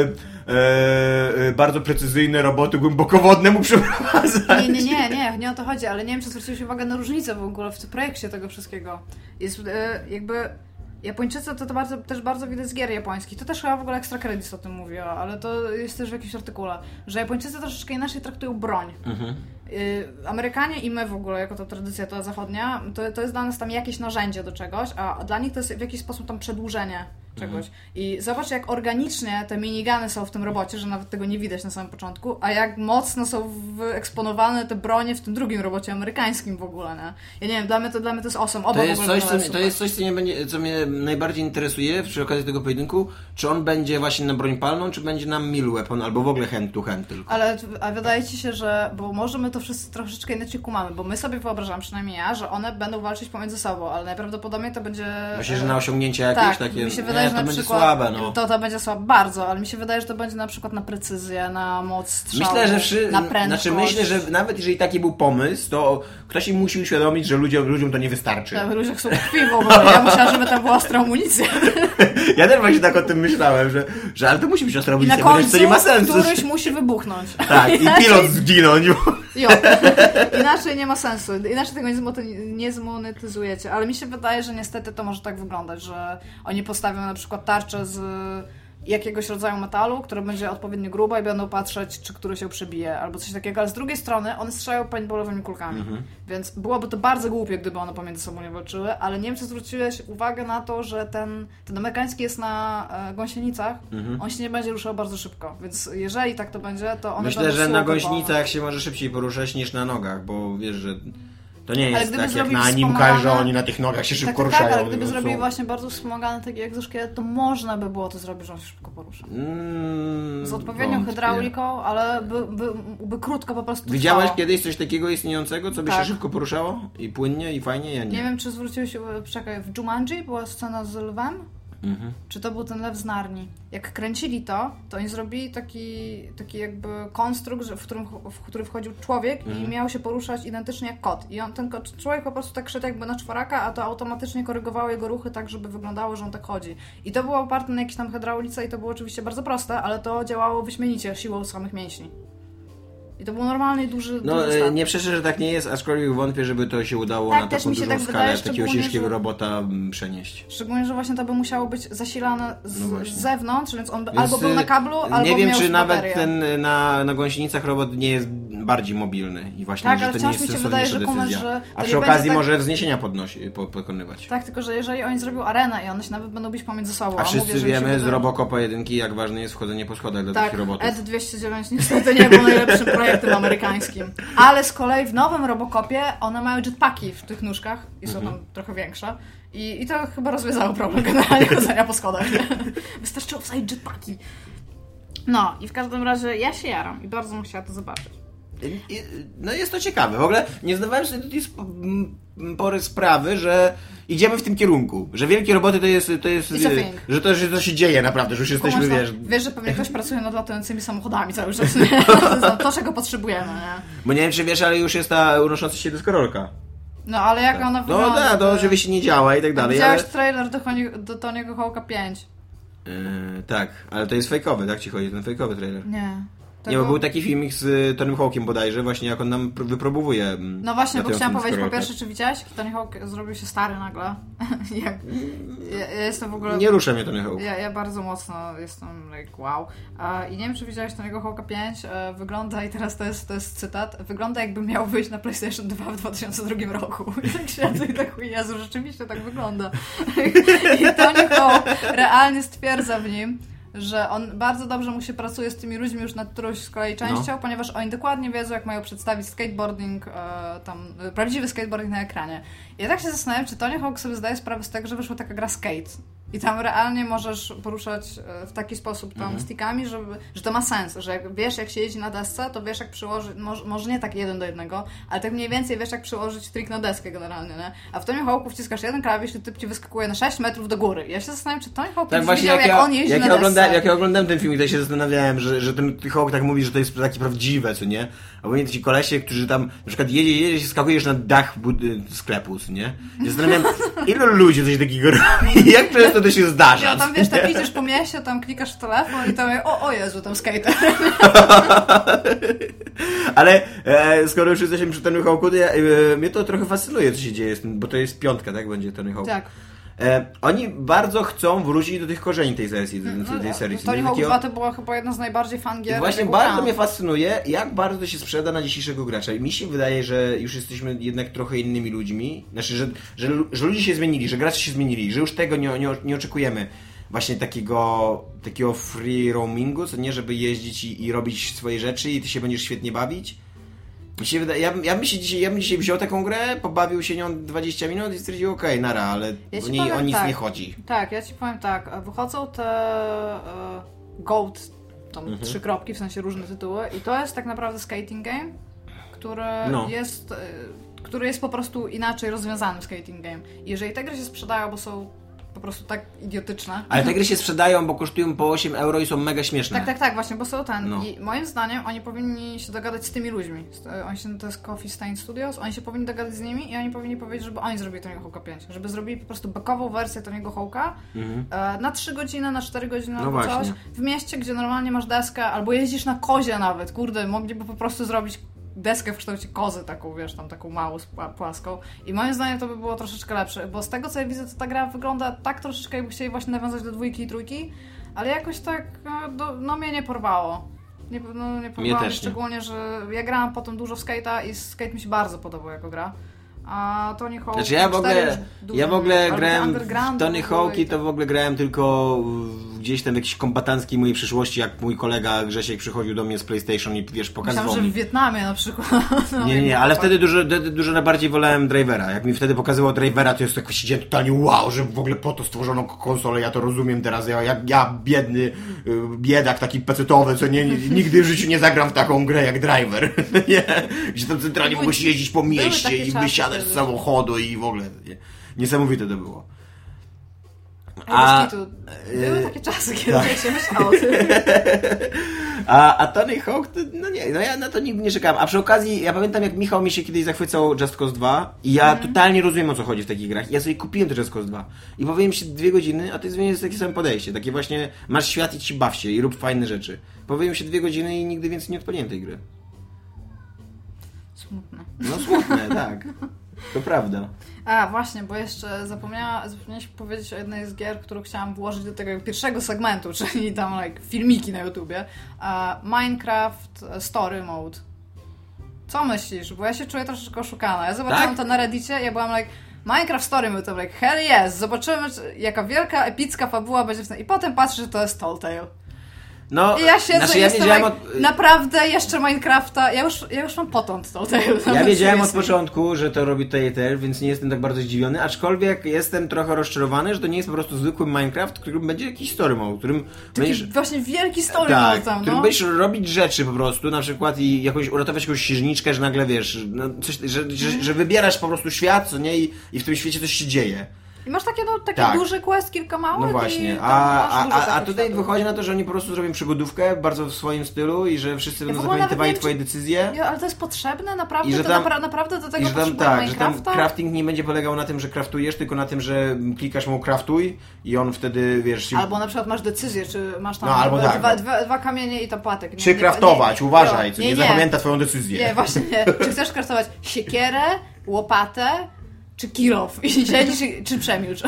bardzo precyzyjne roboty głębokowodne mu przeprowadzać. Nie o to chodzi, ale nie wiem, czy zwróciłeś uwagę na różnicę w ogóle w projekcie tego wszystkiego. Jest jakby... Japończycy to też bardzo widać z gier japońskich. To też chyba w ogóle Extra Credits o tym mówiła, ale to jest też w jakimś artykule, że Japończycy troszeczkę inaczej traktują broń. Amerykanie i my w ogóle, jako ta tradycja ta zachodnia, to jest dla nas tam jakieś narzędzie do czegoś, a dla nich to jest w jakiś sposób tam przedłużenie czegoś. I zobacz, jak organicznie te minigany są w tym robocie, że nawet tego nie widać na samym początku, a jak mocno są wyeksponowane te bronie w tym drugim robocie amerykańskim w ogóle, nie? Ja nie wiem, dla mnie to jest awesome. To jest coś, co mnie najbardziej interesuje przy okazji tego pojedynku, czy on będzie właśnie na broń palną, czy będzie na melee weapon, albo w ogóle hand to hand tylko. A wydaje ci się, że, bo może my to wszyscy troszeczkę inaczej kumamy, bo my sobie wyobrażamy, przynajmniej ja, że one będą walczyć pomiędzy sobą, ale najprawdopodobniej to będzie... Myślę, że na osiągnięcie jakieś takie... mi się wydaje, że to na będzie przykład słabe, no. To będzie słabe bardzo, ale mi się wydaje, że to będzie na przykład na precyzję, na moc strzału, Myślę, że na prędkość. myślę, że nawet jeżeli taki był pomysł, to ktoś im musi uświadomić, że ludziom to nie wystarczy. Tak, ludzie chcą krwi w ogóle. Ja myślałam, żeby tam była ostra amunicja. Ja też właśnie tak o tym myślałem, że ale to musi być ostra I amunicja, na bo końcu to nie ma sensu. któryś musi wybuchnąć. Tak, i pilot zginąć. Jo. Inaczej nie ma sensu. Inaczej tego nie zmonetyzujecie. Ale mi się wydaje, że niestety to może tak wyglądać, że oni postawią na przykład tarczę z jakiegoś rodzaju metalu, która będzie odpowiednio gruba i będą patrzeć, czy który się przebije, albo coś takiego, ale z drugiej strony one strzelają paintballowymi kulkami. Więc byłoby to bardzo głupie, gdyby one pomiędzy sobą nie walczyły, ale nie wiem, czy zwróciłeś uwagę na to, że ten amerykański jest na gąsienicach, on się nie będzie ruszał bardzo szybko, więc jeżeli tak to będzie, to one Myślę, będą że na super gąsienicach się może szybciej poruszać niż na nogach, bo wiesz, że to nie jest tak jak zrobili na animkach, że oni na tych nogach się szybko ruszają. Tak, ale gdyby zrobili właśnie bardzo wspomagane takie egzoszkielety, to można by było to zrobić, że on się szybko porusza. Z odpowiednią hydrauliką, ale by krótko po prostu Widziałeś trwało. kiedyś coś takiego istniejącego, co by Tak. się szybko poruszało? I płynnie, i fajnie? Ja nie. Nie wiem, czy zwróciłeś się, czekaj, w Jumanji była scena z lwem? Czy to był ten lew z Narni? Jak kręcili to oni zrobili taki jakby konstrukt, w który wchodził człowiek i miał się poruszać identycznie jak kot. I ten człowiek po prostu tak szedł jakby na czworaka, a to automatycznie korygowało jego ruchy tak, żeby wyglądało, że on tak chodzi. I to było oparte na jakiejś tam hydraulice i to było oczywiście bardzo proste, ale to działało wyśmienicie siłą samych mięśni. I to był normalny, duży staw. Nie przeczę, że tak nie jest, aczkolwiek wątpię, żeby to się udało Tak, na też taką mi się dużą tak skalę wydaje, takiego ciężkiego że- robota przenieść. Szczególnie, że właśnie to by musiało być zasilane z właśnie. zewnątrz, więc on by Więc, albo był na kablu, albo nie wiem, miał czy nawet baterię. ten na gąsienicach robot nie jest bardziej mobilny i właśnie, Tak, że ale to nie wciąż jest mi się wydaje, sensowniejsza że decyzja. że A to przy nie okazji będzie może wzniesienia pokonywać. Tak, tylko że jeżeli oni zrobią arenę i one się nawet będą bić pomiędzy sobą, A wszyscy mówię, że mi się wiemy z wydaje- Robocopa 1, jak ważne jest wchodzenie po schodach dla Tak, takich robotów. Ed 209 niestety nie był najlepszym projektem amerykańskim. Ale z kolei w nowym Robocopie one mają jetpacki w tych nóżkach i są tam trochę większe. I to chyba rozwiązało problem generalnie chodzenia po schodach. Nie? Wystarczyło wsadzić jetpacki. No i w każdym razie ja się jaram i bardzo bym chciała to zobaczyć. No jest to ciekawe. W ogóle nie zdawałem sobie do tej pory sprawy, że idziemy w tym kierunku. Że wielkie roboty to jest It's a thing. że to się dzieje naprawdę, że już jesteśmy, Wiesz, że pewnie ktoś pracuje nad latającymi samochodami cały czas. Nie? To jest to, czego potrzebujemy, nie? Bo nie wiem, czy wiesz, ale już jest ta unosząca się deskorolka. No ale jak ona No wygląda? tak, to oczywiście nie działa i tak dalej, Widziałeś ale... trailer do Tony'ego Hawk'a 5? Tak, ale to jest fejkowy, tak ci chodzi, ten fejkowy trailer. Nie. Nie, bo był taki filmik z Tonym Hawkiem bodajże, właśnie jak on nam wypróbuje. No właśnie, bo chciałam powiedzieć, po deskorolkę. pierwsze, czy widziałeś, jak Tony Hawk zrobił się stary nagle? ja jestem w ogóle... Nie rusza mnie Tony Hawk. Ja bardzo mocno jestem like wow. I nie wiem, czy widziałeś Tony'ego Hawka 5, wygląda, i teraz to jest cytat, wygląda jakby miał wyjść na PlayStation 2 w 2002 roku. I tak siedzę i tak, Jezu, rzeczywiście tak wygląda. I Tony Hawk realnie stwierdza w nim, że on bardzo dobrze mu się pracuje z tymi ludźmi już nad którąś z kolei częścią, ponieważ oni dokładnie wiedzą, jak mają przedstawić skateboarding, prawdziwy skateboarding na ekranie. I ja tak się zastanawiam, czy Tony Hawk sobie zdaje sprawę z tego, że wyszła taka gra Skate. I tam realnie możesz poruszać w taki sposób tam stickami, że to ma sens, że jak wiesz, jak się jeździ na desce, to wiesz, jak przyłożyć, może nie tak 1:1, ale tak mniej więcej wiesz, jak przyłożyć trik na deskę generalnie, nie? A w Tony Hawku wciskasz jeden klawisz i typ ci wyskakuje na 6 metrów do góry. Ja się zastanawiam, czy Tony Hawk Tak, widział, jak on jeździ na desce. Jak ja oglądałem ten film, to się zastanawiałem, że ten Hawk tak mówi, że to jest takie prawdziwe, co nie? Albo nie ci kolesie, którzy tam na przykład jedzie, skakujesz na dach sklepu, co nie? I zastanawiam, ilu ludzi coś takiego robi, jak często to się zdarza. No tam wiesz, tak idziesz po mieście, tam klikasz w telefon i tam o Jezu, tam skater. Ale skoro już jesteśmy przy Tony Hawku, to mnie to trochę fascynuje, co się dzieje z tym, bo to jest 5, tak? Będzie Tony Hawk. Tak. Oni bardzo chcą wrócić do tych korzeni tej serii. Tony Hawk 2 to była chyba jedna z najbardziej fan gier. Właśnie bardzo mnie fascynuje, jak bardzo to się sprzeda na dzisiejszego gracza. I mi się wydaje, że już jesteśmy jednak trochę innymi ludźmi. Znaczy, że ludzie się zmienili, że gracze się zmienili, że już tego nie oczekujemy. Właśnie takiego free roamingu, co nie, żeby jeździć i robić swoje rzeczy i ty się będziesz świetnie bawić. Mi się wydaje, ja bym dzisiaj wziął taką grę, pobawił się nią 20 minut i stwierdził, okej, nara, ale o nic nie chodzi. Tak, ja ci powiem tak, wychodzą te Gold, tam 3 kropki, w sensie różne tytuły, i to jest tak naprawdę skating game, który jest po prostu inaczej rozwiązanym skating game. I jeżeli te gry się sprzedają, bo są po prostu tak idiotyczne. Ale te gry się sprzedają, bo kosztują po 8 euro i są mega śmieszne. Tak, właśnie, bo są No. I moim zdaniem oni powinni się dogadać z tymi ludźmi. To jest Coffee Stain Studios, oni się powinni dogadać z nimi i oni powinni powiedzieć, żeby oni zrobili Tony'ego Hawk'a 5. Żeby zrobili po prostu backową wersję Tony'ego Hawk'a na 3 godziny, na 4 godziny albo właśnie. coś. W mieście, gdzie normalnie masz deskę, albo jeździsz na kozie nawet. Kurde, mogliby po prostu zrobić deskę w kształcie kozy, taką, wiesz, tam taką małą, płaską. I moim zdaniem to by było troszeczkę lepsze, bo z tego, co ja widzę, to ta gra wygląda tak troszeczkę, jakby chcieli właśnie nawiązać do 2 i 3, ale jakoś tak, mnie nie porwało. Nie porwało mnie, szczególnie, że ja grałam potem dużo w Skate'a i Skate mi się bardzo podobał jako gra. A Tony Hawk... Znaczy ja w ogóle grałem w Tony Hawk i to w ogóle grałem tylko gdzieś tam w jakiejś kombatanckiej mojej przyszłości, jak mój kolega Grzesiek przychodził do mnie z PlayStation i wiesz, pokazywał Myślałam, mi... że w Wietnamie na przykład. Nie, ale wtedy dużo bardziej wolałem Drivera. Jak mi wtedy pokazywał Drivera, to jest tak siedziałem totalnie wow, że w ogóle po to stworzono konsolę, ja to rozumiem teraz, ja biedny biedak taki pecetowy, co nigdy w życiu nie zagram w taką grę jak Driver. Nie, gdzie tam centralnie mogłeś jeździć po mieście i wysiadać z samochodu i w ogóle niesamowite to było. Były takie czasy, kiedy tak się myślało. A Tony Hawk, to, ja na to nigdy nie czekałem. A przy okazji, ja pamiętam, jak Michał mi się kiedyś zachwycał Just Cause 2 i ja totalnie rozumiem, o co chodzi w takich grach. Ja sobie kupiłem to Just Cause 2 i powiem się 2 godziny, a to jest takie samo podejście. Takie właśnie, masz świat i ci baw się i rób fajne rzeczy. Powiem się 2 godziny i nigdy więcej nie odpaliłem tej gry. Smutne. No smutne, tak. To prawda. A, właśnie, bo jeszcze zapomniałeś powiedzieć o jednej z gier, którą chciałam włożyć do tego pierwszego segmentu, czyli tam filmiki na YouTubie. Minecraft Story Mode. Co myślisz? Bo ja się czuję troszeczkę oszukana. Ja zobaczyłam to na Reddicie, ja byłam Minecraft Story Mode, to hell yes, zobaczymy jaka wielka, epicka fabuła będzie w tym. I potem patrzę, że to jest Telltale. No, i ja siedzę naprawdę jeszcze Minecrafta, ja już mam potąd Telltale. Ja wiedziałem od początku, że to robi Telltale, więc nie jestem tak bardzo zdziwiony, aczkolwiek jestem trochę rozczarowany, że to nie jest po prostu zwykły Minecraft, w którym będzie jakiś story mode, którym będziesz... właśnie wielki story mode tam, którym będziesz robić rzeczy po prostu, na przykład i uratować jakąś księżniczkę, że nagle wiesz, coś, że wybierasz po prostu świat, co nie, i w tym świecie coś się dzieje. I masz takie duży quest, kilka małych. No właśnie, a tutaj wychodzi na to, że oni po prostu zrobią przygodówkę bardzo w swoim stylu i że wszyscy będą zapamiętywali twoje decyzje. Ale to jest potrzebne? Naprawdę? I że tam, naprawdę do tego że tam, potrzebujesz że tam crafting nie będzie polegał na tym, że craftujesz, tylko na tym, że klikasz mu craftuj i on wtedy, wiesz... Albo na przykład masz decyzję, czy masz tam dwa kamienie i to płatek. Czy craftować, uważaj, co nie zapamięta twoją decyzję. Nie, właśnie nie. Czy chcesz craftować siekierę, łopatę, czy kill off i siedzisz, czy przemiócz.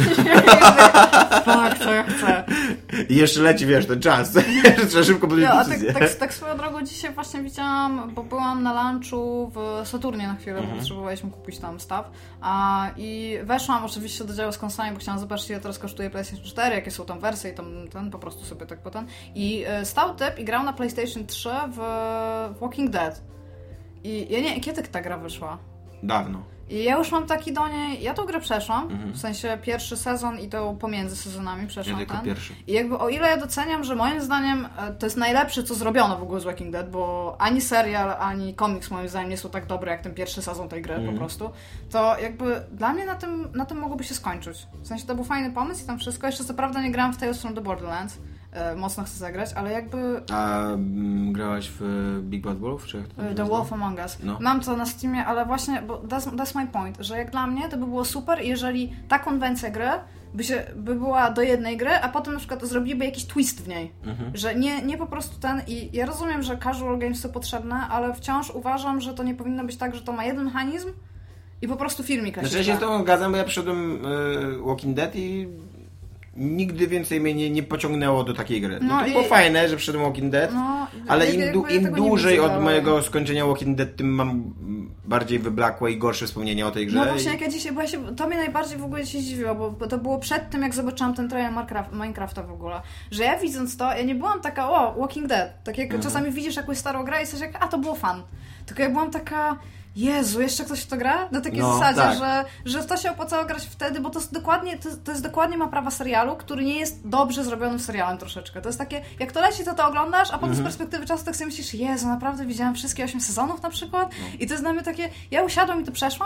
Tak, co ja chcę. I jeszcze leci, wiesz, ten czas. Trzeba szybko podjąć decyzję. Tak swoją drogą dzisiaj właśnie widziałam, bo byłam na lunchu w Saturnie na chwilę, bo potrzebowaliśmy kupić tam stuff. I weszłam oczywiście do działu z konsolami, bo chciałam zobaczyć, ile teraz kosztuje PlayStation 4, jakie są tam wersje i ten po prostu sobie tak potem. I stał typ i grał na PlayStation 3 w Walking Dead. I ja nie wiem, kiedy ta gra wyszła? Dawno. I ja już mam taki do niej... Ja tą grę przeszłam, w sensie pierwszy sezon i to pomiędzy sezonami przeszłam ja tylko pierwszy. I jakby o ile ja doceniam, że moim zdaniem to jest najlepsze, co zrobiono w ogóle z Walking Dead, bo ani serial, ani komiks moim zdaniem nie są tak dobre, jak ten pierwszy sezon tej gry po prostu, to jakby dla mnie na tym mogłoby się skończyć. W sensie to był fajny pomysł i tam wszystko. Jeszcze co prawda nie grałam w Tales from the Borderlands, mocno chcę zagrać, ale jakby... A grałaś w Big Bad Wolf? Czy The Wolf Among Us. No. Mam to na Steamie, ale właśnie, bo that's my point, że jak dla mnie to by było super, jeżeli ta konwencja gry by była do jednej gry, a potem na przykład zrobiliby jakiś twist w niej. Że nie po prostu i ja rozumiem, że casual games są potrzebne, ale wciąż uważam, że to nie powinno być tak, że to ma jeden mechanizm i po prostu filmik. Znaczy ja się z tobą zgadzam, bo ja przyszedłem Walking Dead i nigdy więcej mnie nie pociągnęło do takiej gry. To było fajne, że przyszedłem Walking Dead, ale im dłużej od mojego skończenia Walking Dead, tym mam bardziej wyblakłe i gorsze wspomnienia o tej grze. No właśnie, jak ja dzisiaj, to mnie najbardziej w ogóle się zdziwiło, bo to było przed tym, jak zobaczyłam ten trailer Minecrafta w ogóle, że ja widząc to, ja nie byłam taka, Walking Dead, tak jak czasami widzisz jakąś starą grę i jesteś jak, to było fan. Tylko ja byłam taka... Jezu, jeszcze ktoś w to gra? Na takiej zasadzie, tak. że w to się opłacało grać wtedy, bo to jest dokładnie ma prawa serialu, który nie jest dobrze zrobionym serialem troszeczkę. To jest takie, jak to leci, to oglądasz, a potem z perspektywy czasu tak sobie myślisz, Jezu, naprawdę widziałam wszystkie 8 sezonów na przykład? I to jest dla mnie takie, ja usiadłam i to przeszłam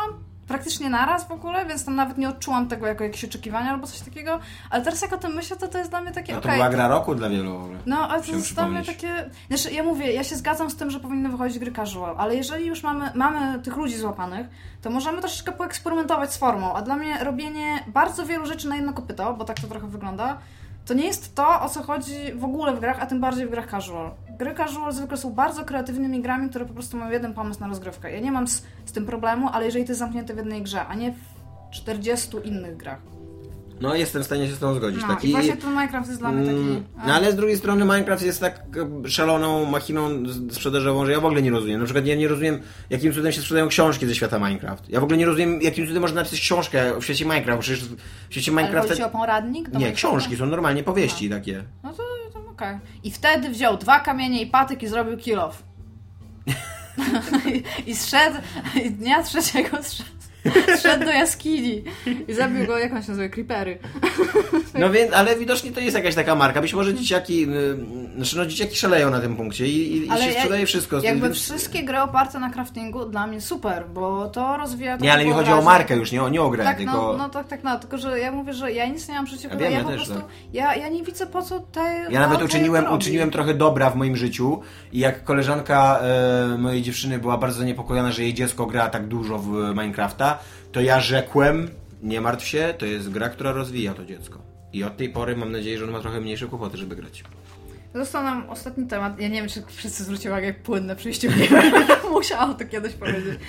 praktycznie naraz w ogóle, więc tam nawet nie odczułam tego jako jakieś oczekiwania albo coś takiego, ale teraz jak o tym myślę, to jest dla mnie takie to była gra roku dla wielu w ogóle. No, ale to jest dla mnie takie... Znaczy, ja mówię, ja się zgadzam z tym, że powinny wychodzić gry casual, ale jeżeli już mamy tych ludzi złapanych, to możemy troszeczkę poeksperymentować z formą, a dla mnie robienie bardzo wielu rzeczy na jedno kopyto, bo tak to trochę wygląda, to nie jest to, o co chodzi w ogóle w grach, a tym bardziej w grach casual. Gry casual zwykle są bardzo kreatywnymi grami, które po prostu mają jeden pomysł na rozgrywkę. Ja nie mam z tym problemu, ale jeżeli to jest zamknięte w jednej grze, a nie w 40 innych grach. No, jestem w stanie się z tą zgodzić. No, i właśnie ten Minecraft jest dla mnie taki... No, ale z drugiej strony Minecraft jest tak szaloną machiną sprzedażową, że ja w ogóle nie rozumiem. Na przykład ja nie rozumiem, jakim cudem się sprzedają książki ze świata Minecraft. Ja w ogóle nie rozumiem, jakim cudem można napisać książkę w świecie Minecraft. Przecież w świecie Minecraft... Ale chodzi o poradnik? Nie, książki, są normalnie powieści takie. No to okej. I wtedy wziął 2 kamienie i patyk i zrobił kill off. I zszedł, i dnia trzeciego zszedł do jaskini i zabił go, jak on się nazywa, creepery. No więc, ale widocznie to jest jakaś taka marka. Być może dzieciaki, dzieciaki szaleją na tym punkcie i się sprzedaje wszystko. Jakby wszystkie gry oparte na craftingu dla mnie super, bo to rozwija... Nie, ale mi chodzi o markę już, nie o grę, tak, tylko... tylko że ja mówię, że ja nic nie mam przeciwko. Ja po też, prostu, tak. ja nie widzę po co Ja nawet uczyniłem trochę dobra w moim życiu i jak koleżanka mojej dziewczyny była bardzo zaniepokojona, że jej dziecko gra tak dużo w Minecrafta, to ja rzekłem, nie martw się, to jest gra, która rozwija to dziecko. I od tej pory mam nadzieję, że on ma trochę mniejsze kłopoty, żeby grać. Został nam ostatni temat. Ja nie wiem, czy wszyscy zwrócili uwagę, jak płynne przyjście. Musiałam to kiedyś powiedzieć.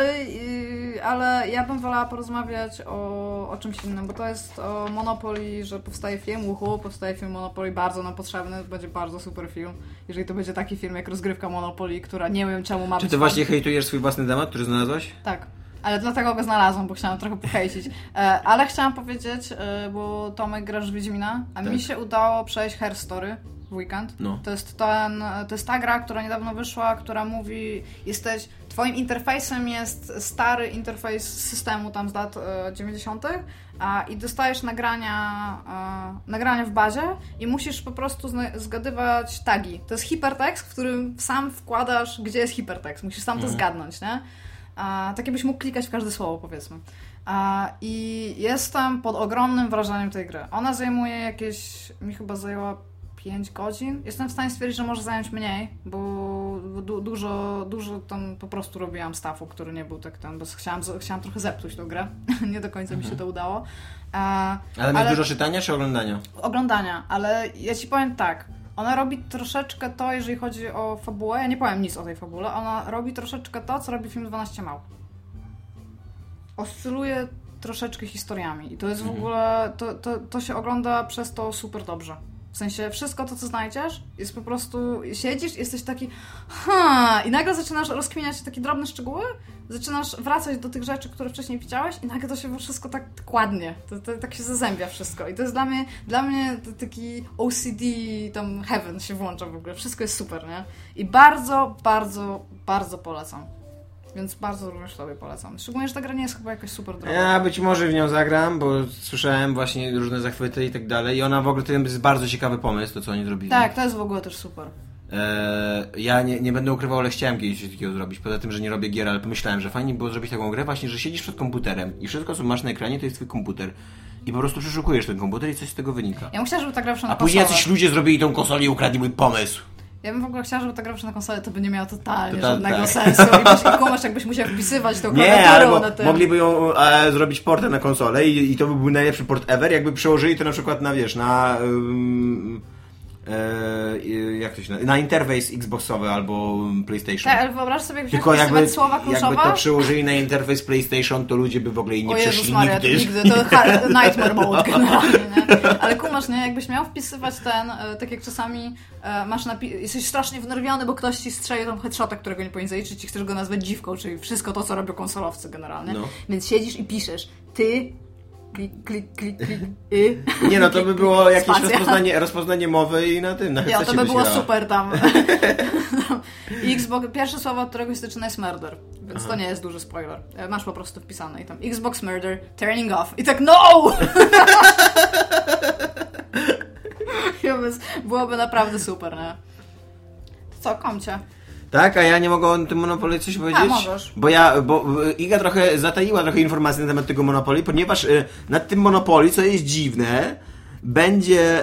Ale ja bym wolała porozmawiać o czymś innym, bo to jest o Monopoly, że powstaje film, powstaje film Monopoly, bardzo nam potrzebny, będzie bardzo super film. Jeżeli to będzie taki film jak rozgrywka Monopoly, która nie wiem czemu ma być... Czy ty właśnie hejtujesz swój własny temat, który znalazłaś? Tak. Ale dlatego go znalazłam, bo chciałam trochę pohejcić. Ale chciałam powiedzieć, bo Tomek grasz w Wiedźmina, a mi się udało przejść Her Story w weekend. No. To jest ta gra, która niedawno wyszła, która mówi, twoim interfejsem jest stary interfejs systemu tam z lat 90. I dostajesz nagrania w bazie i musisz po prostu zgadywać tagi. To jest hipertekst, w którym sam wkładasz, gdzie jest hipertekst. Musisz sam to zgadnąć, nie? Tak jakbyś mógł klikać w każde słowo, powiedzmy. I jestem pod ogromnym wrażeniem tej gry. Ona zajmuje mi chyba zajęła 5 godzin. Jestem w stanie stwierdzić, że może zająć mniej, bo dużo tam po prostu robiłam staffu, który nie był tak ten, bo chciałam trochę zepsuć tą grę. Nie do końca mi się to udało. Ale masz dużo czytania czy oglądania? Oglądania, ale ja ci powiem tak. Ona robi troszeczkę to, jeżeli chodzi o fabułę. Ja nie powiem nic o tej fabule. Ona robi troszeczkę to, co robi film 12 małp. Oscyluje troszeczkę historiami. I to jest w ogóle... To się ogląda przez to super dobrze. W sensie wszystko to, co znajdziesz, jest po prostu... Siedzisz i jesteś taki... I nagle zaczynasz rozkminiać takie drobne szczegóły. Zaczynasz wracać do tych rzeczy, które wcześniej widziałeś i nagle to się wszystko tak ładnie. To tak się zazębia wszystko. I to jest dla mnie taki OCD, tam heaven się włącza w ogóle. Wszystko jest super, nie? I bardzo, bardzo, bardzo polecam. Więc bardzo również sobie polecam. Szczególnie, że ta gra nie jest chyba jakoś super droga. Ja być może w nią zagram, bo słyszałem właśnie różne zachwyty i tak dalej. I ona w ogóle to jest bardzo ciekawy pomysł, to co oni zrobili. Tak, to jest w ogóle też super. Ja nie będę ukrywał, ale chciałem kiedyś coś takiego zrobić. Poza tym, że nie robię gier, ale pomyślałem, że fajnie było zrobić taką grę właśnie, że siedzisz przed komputerem i wszystko, co masz na ekranie, to jest twój komputer. I po prostu przeszukujesz ten komputer i coś z tego wynika. Ja myślę, żeby ta gra wyszła na konsolę. A później jacyś ludzie zrobili tą konsolę i ukradli mój pomysł. Ja bym w ogóle chciała, żeby ta gra wyszła na konsolę, to by nie miało totalnie żadnego sensu. I kumasz, jakbyś musiał wpisywać tą klawiaturą na tym. Mogliby ją zrobić portem na konsolę i to by był najlepszy port ever, jakby przełożyli to na przykład na, jak to się nazywa? Na interfejs Xboxowy albo PlayStation. Tak, ale wyobraź sobie, jakby słowa kluczowe. Jakby to przełożyli na interfejs PlayStation, to ludzie by w ogóle nie przeszli nigdy. To nightmare mode generalnie, nie? Ale kumasz, nie? Jakbyś miał wpisywać tak jak czasami jesteś strasznie wnerwiony, bo ktoś ci strzelił tam headshota, którego nie powinien zaliczyć i chcesz go nazwać dziwką, czyli wszystko to, co robią konsolowcy generalnie. No. Więc siedzisz i piszesz, ty... Klik. Nie no, to by było jakieś rozpoznanie mowy i na tym, na to by było super tam. Xbox, pierwsze słowo, od którego się zaczyna, jest murder, więc to nie jest duży spoiler. Masz po prostu wpisane i tam Xbox murder, turning off. I tak no! Byłoby naprawdę super, nie? To co, komcie? Tak, a ja nie mogę o tym Monopoly coś powiedzieć? możesz. Bo Iga trochę zataiła informacji na temat tego Monopoly, ponieważ nad tym Monopoly, co jest dziwne, będzie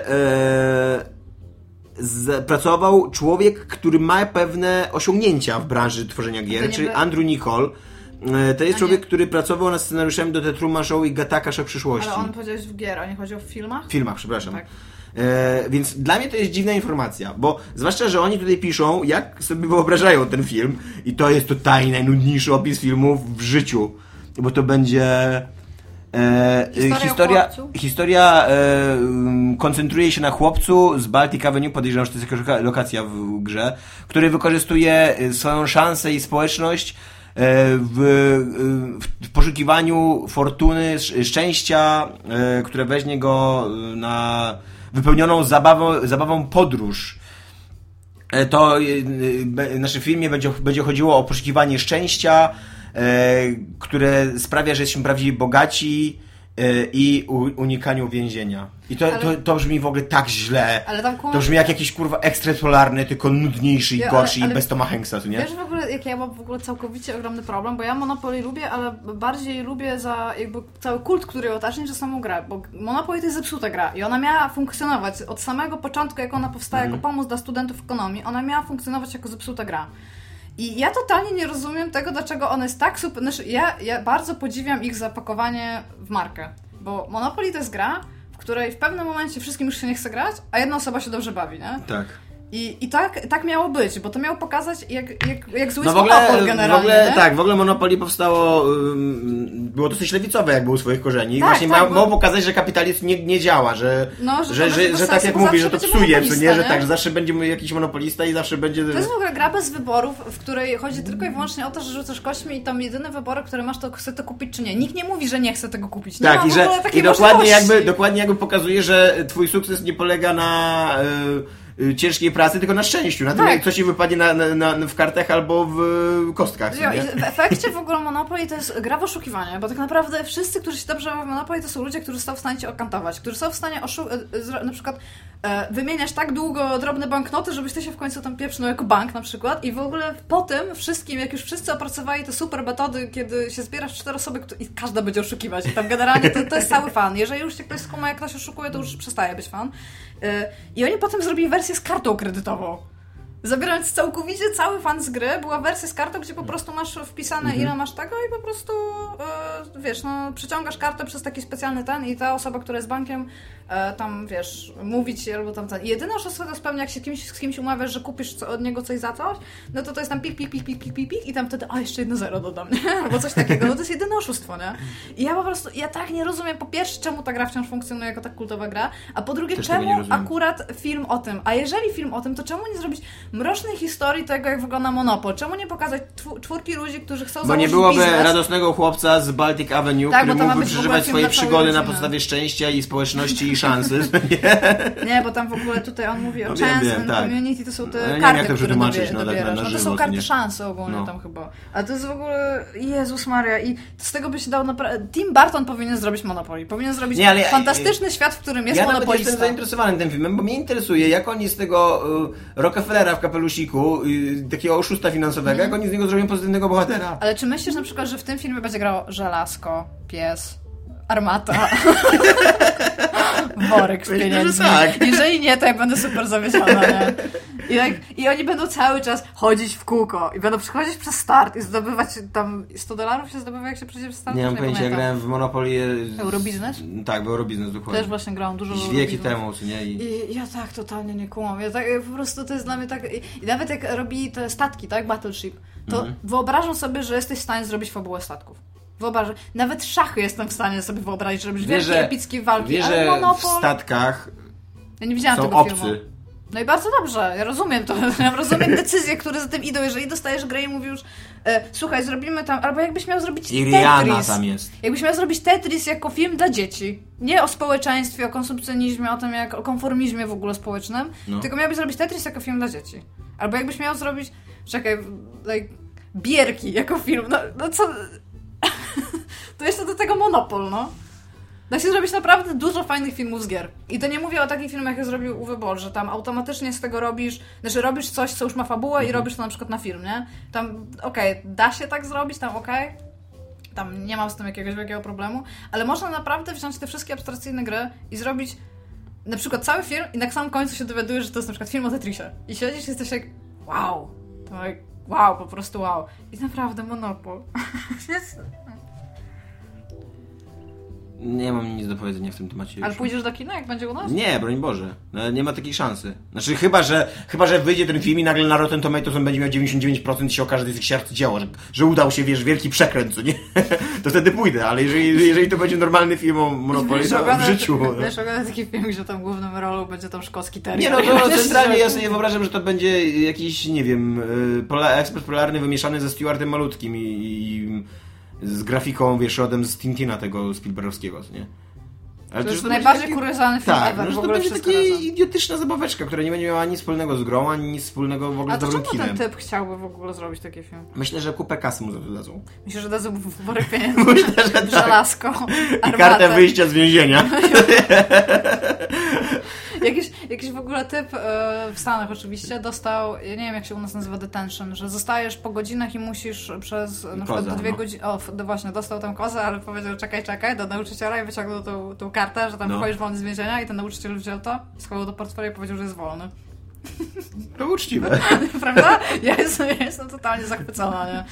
pracował człowiek, który ma pewne osiągnięcia w branży tworzenia gier, czyli Andrew Niccol. To jest człowiek, który pracował nad scenariuszami do The Truman Show i Gattaca Szok przyszłości. Ale on powiedział w gier, a nie chodzi o filmach? W filmach, przepraszam. Tak. Więc dla mnie to jest dziwna informacja, bo zwłaszcza, że oni tutaj piszą, jak sobie wyobrażają ten film i to jest totalnie najnudniejszy opis filmów w życiu, bo to będzie historia koncentruje się na chłopcu z Baltic Avenue, podejrzewam, że to jest jakaś lokacja w grze, który wykorzystuje swoją szansę i społeczność w poszukiwaniu fortuny, szczęścia, które weźmie go na wypełnioną zabawą podróż. To w naszym filmie będzie chodziło o poszukiwanie szczęścia, które sprawia, że jesteśmy prawdziwie bogaci i unikaniu więzienia. I to brzmi w ogóle tak źle. To brzmi jak jakiś kurwa ekstrapolarny, tylko nudniejszy i gorszy i bez Toma Hanksa, tu nie? Wiesz w ogóle, jak ja mam w ogóle całkowicie ogromny problem, bo ja Monopoly lubię, ale bardziej lubię za jakby cały kult, który ją otacza, niż za samą grę, bo Monopoly to jest zepsuta gra i ona miała funkcjonować od samego początku, jak ona powstała jako pomoc dla studentów ekonomii, ona miała funkcjonować jako zepsuta gra. I ja totalnie nie rozumiem tego, dlaczego ona jest tak super... Znaczy, ja bardzo podziwiam ich zapakowanie w markę, bo Monopoly to jest gra, w której w pewnym momencie wszystkim już się nie chce grać, a jedna osoba się dobrze bawi, nie? Tak. I tak miało być, bo to miało pokazać, jak zły jest Monopoly generalnie. W ogóle Monopoly powstało, było dosyć lewicowe jakby u swoich korzeni. Tak, właśnie miało pokazać, że kapitalizm nie działa, że tak jak mówisz, że to psuje, nie? Że tak, że zawsze będzie jakiś monopolista i zawsze będzie... To jest w ogóle gra bez wyborów, w której chodzi tylko i wyłącznie o to, że rzucasz kośćmi i tam jedyne wybory, które masz, to chce to kupić czy nie. Nikt nie mówi, że nie chce tego kupić. Nie tak, ma dokładnie jakby pokazuje, że twój sukces nie polega na... ciężkiej pracy, tylko na szczęściu, na tym, co ci wypadnie w kartach albo w kostkach. I w efekcie w ogóle Monopoly to jest gra w oszukiwanie, bo tak naprawdę wszyscy, którzy się dobrze bawią w Monopoly, to są ludzie, którzy są w stanie cię okantować, którzy są w stanie na przykład wymieniać tak długo drobne banknoty, żebyś ty się w końcu tam pieprznął jako bank na przykład i w ogóle po tym wszystkim, jak już wszyscy opracowali te super metody, kiedy się zbierasz 4 osoby i każda będzie oszukiwać i tam generalnie to jest cały fan. Jeżeli już się ktoś skuma, jak ktoś oszukuje, to już przestaje być fan. I oni potem zrobili wersję z kartą kredytową. Zabierając całkowicie cały fan z gry, była wersja z kartą, gdzie po prostu masz wpisane ile masz tego i po prostu przeciągasz kartę przez taki specjalny i ta osoba, która jest bankiem tam, mówi ci albo tam ten. I jedyne oszustwo to jest pewnie, jak się z kimś umawiasz, że kupisz od niego coś za coś, no to jest tam pik i tam wtedy, jeszcze 1 0 dodam, nie? Albo coś takiego. No to jest jedyne oszustwo, nie? I ja po prostu, tak nie rozumiem, po pierwsze, czemu ta gra wciąż funkcjonuje jako tak kultowa gra, a po drugie, czemu akurat film o tym? A jeżeli film o tym, to czemu nie zrobić mrocznej historii tego, jak wygląda Monopol? Czemu nie pokazać 4 ludzi, którzy chcą założyć Bo nie byłoby biznes? radosnego chłopca z Baltic Avenue, który mógłby przeżywać swoje przygody na podstawie szczęścia i społeczności i szansy. Nie, bo tam w ogóle tutaj on mówi o chance and community, to są te karty, które dobierasz. To są karty szansy ogólnie tam chyba. A to jest w ogóle... Jezus Maria. I z tego by się dało naprawdę... Tim Burton powinien zrobić Monopoly. Powinien zrobić fantastyczny świat, w którym jest monopolista. Ja jestem zainteresowany tym filmem, bo mnie interesuje, jak oni z tego Rockefellera w kapelusiku, takiego oszusta finansowego, jak oni z niego zrobią pozytywnego bohatera. Ale czy myślisz na przykład, że w tym filmie będzie grało żelazko, pies, armata, worek z pieniędzmi? Tak. Jeżeli nie, to ja będę super zawiedziona, nie? I oni będą cały czas chodzić w kółko i będą przychodzić przez start i zdobywać tam $100 się zdobywa, jak się przejdzie przez start? Nie mam pojęcia, ja grałem w Monopoly... Eurobiznes? Tak, w Eurobiznes dokładnie. Też właśnie grałam dużo w wieki temu, czy nie? I ja tak totalnie nie kumam. Ja tak, po prostu to jest dla mnie tak... I nawet jak robi te statki, tak? Battleship, to wyobrażam sobie, że jesteś w stanie zrobić fabułę statków. Wyobrażam. Nawet szachy jestem w stanie sobie wyobrazić, że robisz wielkie, epickie walki. Wiesz, że Monopol... w statkach ja nie widziałam są tego obcy. filmu. No i bardzo dobrze, ja rozumiem to. Ja rozumiem decyzje, które za tym idą. Jeżeli dostajesz grę i mówisz, słuchaj, zrobimy tam, albo jakbyś miał zrobić I Tetris. Rihanna tam jest. Jakbyś miał zrobić Tetris jako film dla dzieci. Nie o społeczeństwie, o konsumpcjonizmie, o tym, jak o konformizmie w ogóle społecznym, tylko miałbyś zrobić Tetris jako film dla dzieci. Albo jakbyś miał zrobić, Bierki jako film. No co... To jeszcze do tego Monopol, no. Da się zrobić naprawdę dużo fajnych filmów z gier. I to nie mówię o takich filmach, jak zrobił Uwe Boll, że tam automatycznie z tego robisz coś, co już ma fabułę i robisz to na przykład na film, nie? Tam, da się tak zrobić, tam tam nie mam z tym jakiegoś wielkiego problemu, ale można naprawdę wziąć te wszystkie abstrakcyjne gry i zrobić na przykład cały film i na samym końcu się dowiadujesz, że to jest na przykład film o Tetrisie. I siedzisz i jesteś jak, wow. To jak, wow, po prostu wow. I naprawdę Monopol. Nie mam nic do powiedzenia w tym temacie. Ale pójdziesz do kina, jak będzie u nas? Nie, broń Boże. No, nie ma takiej szansy. Znaczy, chyba że wyjdzie ten film i nagle na Rotten Tomatoes on będzie miał 99% i się okaże, że to jest jakiś arcydzieło, że udał się, wiesz, wielki przekręt, co nie? To wtedy pójdę, ale jeżeli to będzie normalny film o Monopoly, to w życiu... Wiesz, oglądam taki film, gdzie tam główną rolą będzie tam szkocki terrier. Nie, no to centralnie ja sobie wyobrażam, że to będzie jakiś, nie wiem, ekspert polarny wymieszany ze Stuartem Malutkim i z grafiką, wiesz, rodem z Tintina tego Spielbergowskiego, nie? Ale to jest najbardziej kuriozalny film ever. Tak, to będzie taka idiotyczna zabaweczka, która nie będzie miała nic wspólnego z grą, ani nic wspólnego w ogóle z dobrym kinem. A czemu ten typ chciałby w ogóle zrobić taki film? Myślę, że kupę kasy mu dadzą. Myślę, że dadzą worek pieniędzy, myślę, że tak. Żelazko, i kartę wyjścia z więzienia. Jakiś w ogóle typ w Stanach oczywiście dostał, ja nie wiem jak się u nas nazywa detention, że zostajesz po godzinach i musisz przez na przykład do 2 godziny, właśnie dostał tam kozę, ale powiedział czekaj do nauczyciela i wyciągnął tą kartę, że tam wychodzisz wolny z więzienia i ten nauczyciel wziął to, schował do portfela i powiedział, że jest wolny. To uczciwe. Prawda? Ja jestem totalnie zachwycona, nie?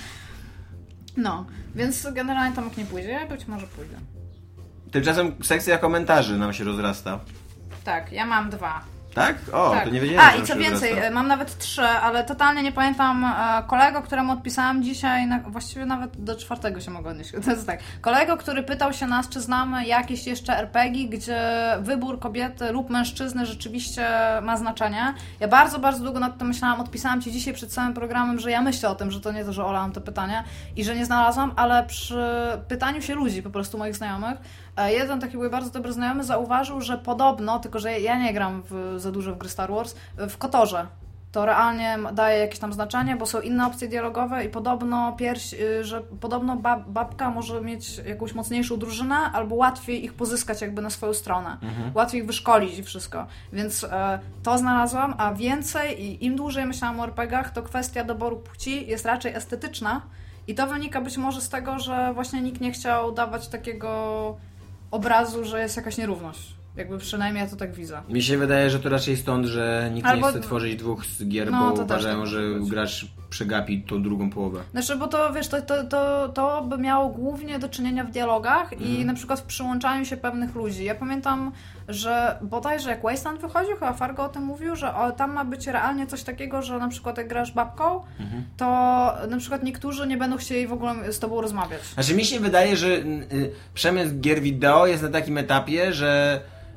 No, więc generalnie Tomek nie pójdzie, ja być może pójdę. Tymczasem sekcja komentarzy nam się rozrasta. Tak, ja mam 2. Tak? O, tak. To nie wiedziałem. I co więcej, mam nawet 3, ale totalnie nie pamiętam kolego, któremu odpisałam dzisiaj, właściwie nawet do 4 się mogę odnieść. To jest tak. Kolego, który pytał się nas, czy znamy jakieś jeszcze RPG, gdzie wybór kobiety lub mężczyzny rzeczywiście ma znaczenie. Ja bardzo, bardzo długo nad tym myślałam, odpisałam Ci dzisiaj przed całym programem, że ja myślę o tym, że to nie to, że olałam te pytania i że nie znalazłam, ale przy pytaniu się ludzi, po prostu moich znajomych, jeden taki mój bardzo dobry znajomy zauważył, że podobno, tylko że ja nie gram za dużo w gry Star Wars, w Kotorze to realnie daje jakieś tam znaczenie, bo są inne opcje dialogowe i podobno że podobno babka może mieć jakąś mocniejszą drużynę albo łatwiej ich pozyskać jakby na swoją stronę. Łatwiej ich wyszkolić i wszystko. Więc to znalazłam, a więcej i im dłużej myślałam o RPG-ach, to kwestia doboru płci jest raczej estetyczna i to wynika być może z tego, że właśnie nikt nie chciał dawać takiego obrazu, że jest jakaś nierówność. Jakby przynajmniej ja to tak widzę. Mi się wydaje, że to raczej stąd, że nikt nie chce tworzyć 2 gier, bo uważają, że gracz przegapi tą drugą połowę. Znaczy, bo to wiesz, to by miało głównie do czynienia w dialogach i na przykład w przyłączaniu się pewnych ludzi. Ja pamiętam, że bodajże jak Wasteland wychodził, chyba Fargo o tym mówił, że tam ma być realnie coś takiego, że na przykład jak grasz babką, to na przykład niektórzy nie będą chcieli w ogóle z tobą rozmawiać. Znaczy mi się wydaje, że przemysł gier wideo jest na takim etapie, że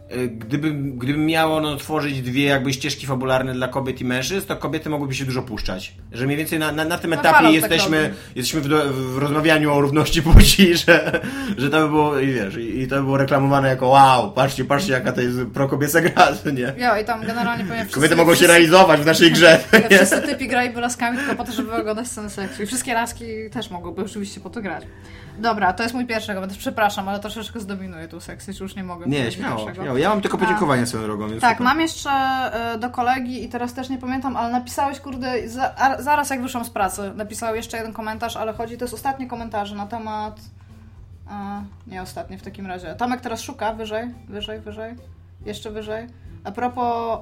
gdyby miało ono tworzyć 2 jakby ścieżki fabularne dla kobiet i mężczyzn, to kobiety mogłyby się dużo puszczać. Że mniej więcej na tym etapie jesteśmy w rozmawianiu o równości płci, że to by było, i wiesz, i to by było reklamowane jako wow, patrzcie jaka to jest prokobieca gra, nie? Ja i tam generalnie powiem, kobiety mogą się realizować w naszej grze. Wszyscy typi graliby laskami tylko po to, żeby oglądać scenę seksu. I wszystkie laski też mogłyby oczywiście po to grać. Dobra, to jest mój pierwszy komentarz. Przepraszam, ale troszeczkę zdominuję tą sekcję, czy już nie mogę. Nie, śmiało. Ja mam tylko podziękowania swoją drogą. Więc tak, mam jeszcze do kolegi i teraz też nie pamiętam, ale napisałeś, kurde, zaraz jak wyszłam z pracy, napisał jeszcze jeden komentarz, ale chodzi, to jest ostatnie komentarze na temat... nie ostatnie w takim razie. Tomek teraz szuka, wyżej. Jeszcze wyżej. A propos...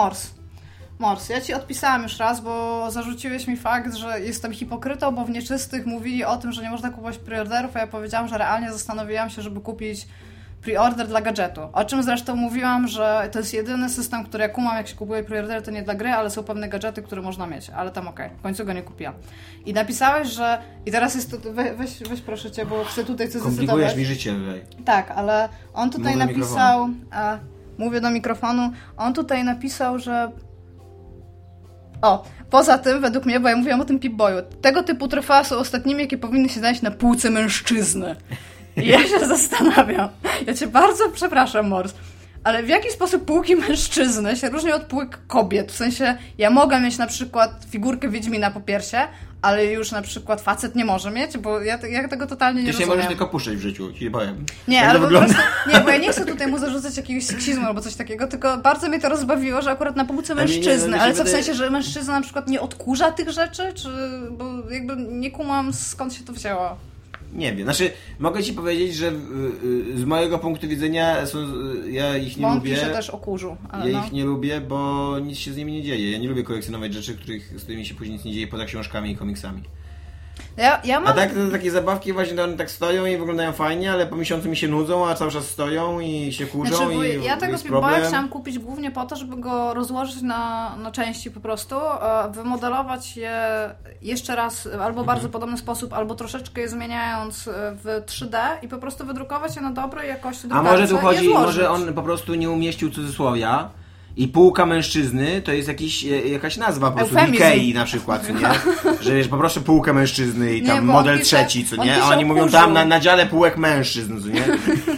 Mors, ja Ci odpisałam już raz, bo zarzuciłeś mi fakt, że jestem hipokrytą, bo w Nieczystych mówili o tym, że nie można kupować preorderów, a ja powiedziałam, że realnie zastanowiłam się, żeby kupić preorder dla gadżetu. O czym zresztą mówiłam, że to jest jedyny system, który ja kumam, jak się kupuje preorder, to nie dla gry, ale są pewne gadżety, które można mieć. Ale tam w końcu go nie kupiłam. I napisałeś, że... I teraz jest to... Weź proszę Cię, bo chcę tutaj coś zdecydować. Komplikujesz mi życie. Tak, ale on tutaj napisał... mówię do mikrofonu. On tutaj napisał, że... poza tym, według mnie, bo ja mówiłam o tym Pip-Boyu, tego typu trofea są ostatnimi, jakie powinny się znaleźć na półce mężczyzny. I ja się zastanawiam. Ja Cię bardzo przepraszam, Mors, ale w jaki sposób półki mężczyzny się różnią od półek kobiet? W sensie, ja mogę mieć na przykład figurkę Wiedźmina po piersie, ale już na przykład facet nie może mieć, bo ja tego totalnie nie rozumiem. Ty się możesz tylko puszczać w życiu, ci powiem. Nie, ale po prostu, nie, bo ja nie chcę tutaj mu zarzucać jakiegoś seksizmu albo coś takiego, tylko bardzo mnie to rozbawiło, że akurat na płci mężczyzny, ale co w sensie, że mężczyzna na przykład nie odkurza tych rzeczy, czy, bo jakby nie kumam skąd się to wzięło. Nie wiem, znaczy mogę ci powiedzieć, że z mojego punktu widzenia ja ich nie lubię. Pisze też o kurzu. Ale ich nie lubię, bo nic się z nimi nie dzieje. Ja nie lubię kolekcjonować rzeczy, z którymi się później nic nie dzieje poza książkami i komiksami. Ja mam... A tak, takie zabawki właśnie one tak stoją i wyglądają fajnie, ale po miesiącu mi się nudzą, a cały czas stoją i się kurzą. Znaczy, ja tego Boya chciałam kupić głównie po to, żeby go rozłożyć na części po prostu, wymodelować je jeszcze raz albo w bardzo podobny sposób, albo troszeczkę je zmieniając w 3D i po prostu wydrukować je na dobrej jakości drukarce. A może tu chodzi, może on po prostu nie umieścił cudzysłowia i półka mężczyzny to jest jakaś nazwa po prostu Ikei na przykład, co nie? Że wiesz, po prostu półkę mężczyzny i tam model trzeci, co nie? A oni mówią tam na dziale półek mężczyzn, co nie?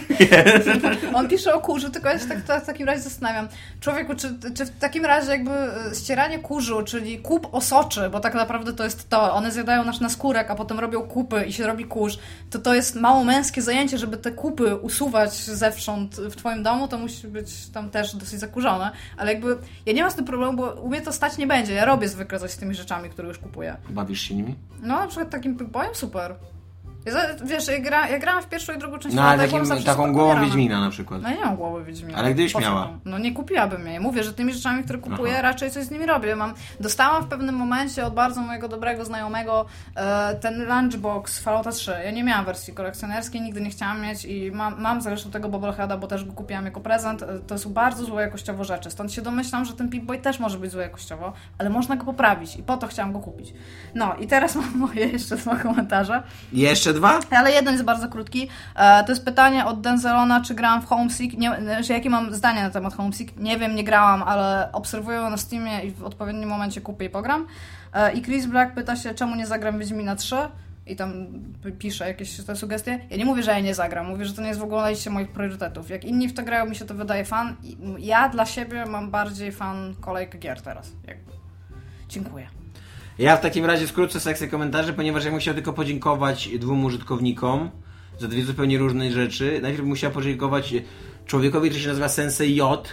On pisze o kurzu, tylko ja się tak w takim razie zastanawiam. Człowieku, czy w takim razie jakby ścieranie kurzu, czyli kup osoczy, bo tak naprawdę to jest to, one zjadają nasz naskórek, a potem robią kupy i się robi kurz, to jest mało męskie zajęcie, żeby te kupy usuwać zewsząd w twoim domu, to musi być tam też dosyć zakurzone. Ale jakby ja nie mam z tym problemu, bo u mnie to stać nie będzie. Ja robię zwykle coś z tymi rzeczami, które już kupuję. Bawisz się nimi? No na przykład takim Pip-Boyem super. Wiesz, ja grałam w pierwszą i drugą część. No ale taką głową Wiedźmina na przykład. No ja nie mam głowy Wiedźmina. Ale gdybyś miała? No nie kupiłabym jej. Mówię, że tymi rzeczami, które kupuję, raczej coś z nimi robię. Dostałam w pewnym momencie od bardzo mojego dobrego znajomego ten lunchbox Fallouta 3. Ja nie miałam wersji kolekcjonerskiej, nigdy nie chciałam mieć i mam zresztą tego Bobbleheada, bo też go kupiłam jako prezent. To są bardzo złe jakościowo rzeczy. Stąd się domyślam, że ten Pip-Boy też może być zły jakościowo, ale można go poprawić i po to chciałam go kupić. No i teraz mam moje jeszcze 2 komentarze. Jeszcze 2? Ale jeden jest bardzo krótki. To jest pytanie od Denzelona, czy grałam w Homesick. Jakie mam zdanie na temat Homesick? Nie wiem, nie grałam, ale obserwuję ją na Steamie i w odpowiednim momencie kupię i pogram. I Chris Black pyta się, czemu nie zagram Wiedźmina 3? I tam pisze jakieś te sugestie. Ja nie mówię, że ja nie zagram. Mówię, że to nie jest w ogóle na liście moich priorytetów. Jak inni w to grają, mi się to wydaje fan. Ja dla siebie mam bardziej fan kolejkę gier teraz. Jakby. Dziękuję. Ja w takim razie skrócę sekcję komentarzy, ponieważ ja musiał tylko podziękować 2 użytkownikom za 2 zupełnie różne rzeczy. Najpierw musiał podziękować człowiekowi, który się nazywa Sensei J.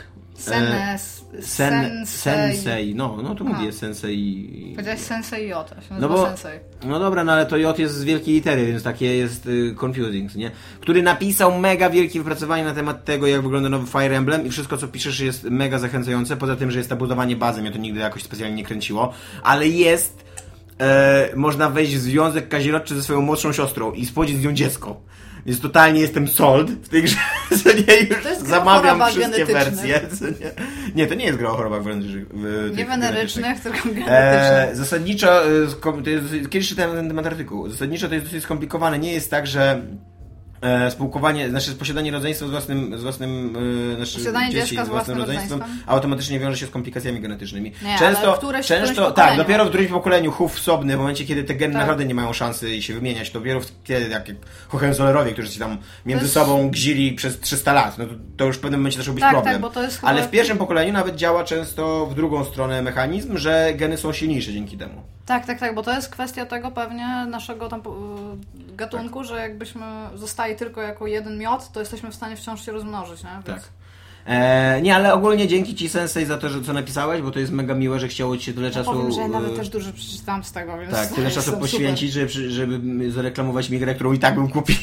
Sensei. No to mówię Sensei. Powiedziałeś Sensei J, a się nazywa Sensei. No dobra, no ale to J jest z wielkiej litery, więc takie jest confusing, nie? Który napisał mega wielkie wypracowanie na temat tego, jak wygląda nowy Fire Emblem i wszystko, co piszesz, jest mega zachęcające. Poza tym, że jest to budowanie bazy, mnie to nigdy jakoś specjalnie nie kręciło, ale można wejść w związek kazirodczy ze swoją młodszą siostrą i spłodzić z nią dziecko. Więc totalnie jestem sold w tej grze, co nie, już zamawiam wszystkie wersje. Nie, to nie jest gra o chorobach nie wenerycznych, tylko genetycznych. Zasadniczo, kiedyś czytałem na ten temat artykuł, zasadniczo to jest dosyć skomplikowane. Nie jest tak, że spółkowanie, posiadanie rodzeństwa z własnym dzieci z własnym rodzeństwem automatycznie wiąże się z komplikacjami genetycznymi. Nie, często tak, dopiero w którymś pokoleniu chów wsobny, w momencie, kiedy te geny naprawdę nie mają szansy się wymieniać, dopiero wtedy, jak Hohenzollerowie, którzy się tam między sobą gzili przez 300 lat, no to już w pewnym momencie zaczął być problem. Tak, bo to jest ale w pierwszym pokoleniu nawet działa często w drugą stronę mechanizm, że geny są silniejsze dzięki temu. Tak, bo to jest kwestia tego pewnie naszego tam gatunku, że jakbyśmy zostali tylko jako jeden miod, to jesteśmy w stanie wciąż się rozmnożyć, nie? Więc... Tak. Nie, ale ogólnie dzięki Ci Sensei za to, że co napisałeś, bo to jest mega miłe, że chciało Ci się tyle czasu... Powiem, że ja nawet też dużo przeczytałam z tego, więc... Tak, tyle czasu poświęcić, żeby zareklamować mi grę, którą i tak bym kupił.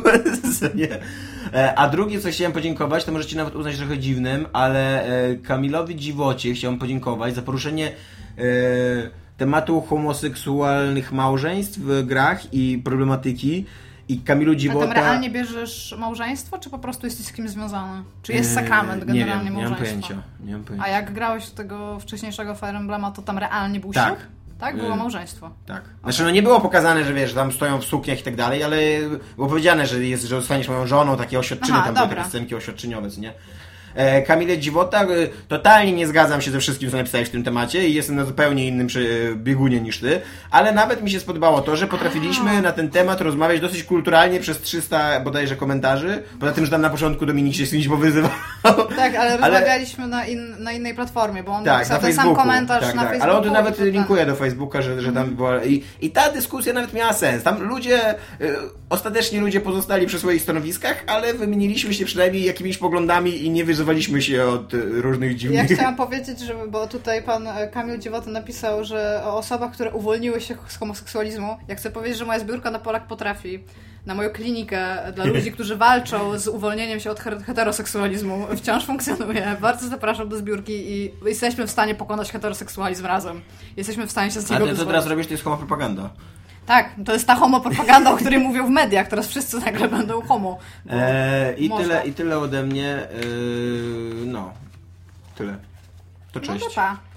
A drugie, co chciałem podziękować, to możecie nawet uznać trochę dziwnym, ale Kamilowi Dziwocie chciałem podziękować za poruszenie tematu homoseksualnych małżeństw w grach i problematyki. I Kamilu Dziwota... A tam realnie bierzesz małżeństwo, czy po prostu jesteś z kimś związany? Czy jest sakrament generalnie małżeństwa? Nie mam pojęcia. A jak grałeś tego wcześniejszego Fire Emblema, to tam realnie był ślub? Tak? Było małżeństwo. Tak. Znaczy, no nie było pokazane, że wiesz, tam stoją w sukniach i tak dalej, ale było powiedziane, że zostaniesz moją żoną, takie oświadczyny, tam były takie scenki oświadczyniowe, nie? Kamile Dziwota, totalnie nie zgadzam się ze wszystkim, co napisałeś w tym temacie i jestem na zupełnie innym biegunie niż ty, ale nawet mi się spodobało to, że potrafiliśmy na ten temat rozmawiać dosyć kulturalnie przez 300 bodajże komentarzy, poza tym, że tam na początku Dominik się z kimś powyzywał. Tak, ale rozmawialiśmy na innej platformie, bo on napisał ten sam komentarz na Facebooku. Ale on tu nawet linkuje do Facebooka, że tam była... I ta dyskusja nawet miała sens. Tam ostatecznie ludzie pozostali przy swoich stanowiskach, ale wymieniliśmy się przynajmniej jakimiś poglądami i nie wyzywaliśmy się od różnych dziwnych... Ja chciałam powiedzieć, bo tutaj pan Kamil Dziewota napisał, że o osobach, które uwolniły się z homoseksualizmu, ja chcę powiedzieć, że moja zbiórka na Polak Potrafi, na moją klinikę dla ludzi, którzy walczą z uwolnieniem się od heteroseksualizmu, wciąż funkcjonuje. Bardzo zapraszam do zbiórki i jesteśmy w stanie pokonać heteroseksualizm razem. Jesteśmy w stanie się z niego wyzwolić. A to teraz robisz, to jest homopropaganda. Tak, to jest ta homopropaganda, o której mówią w mediach. Teraz wszyscy nagle będą homo. I tyle ode mnie. Tyle. To cześć. No to pa.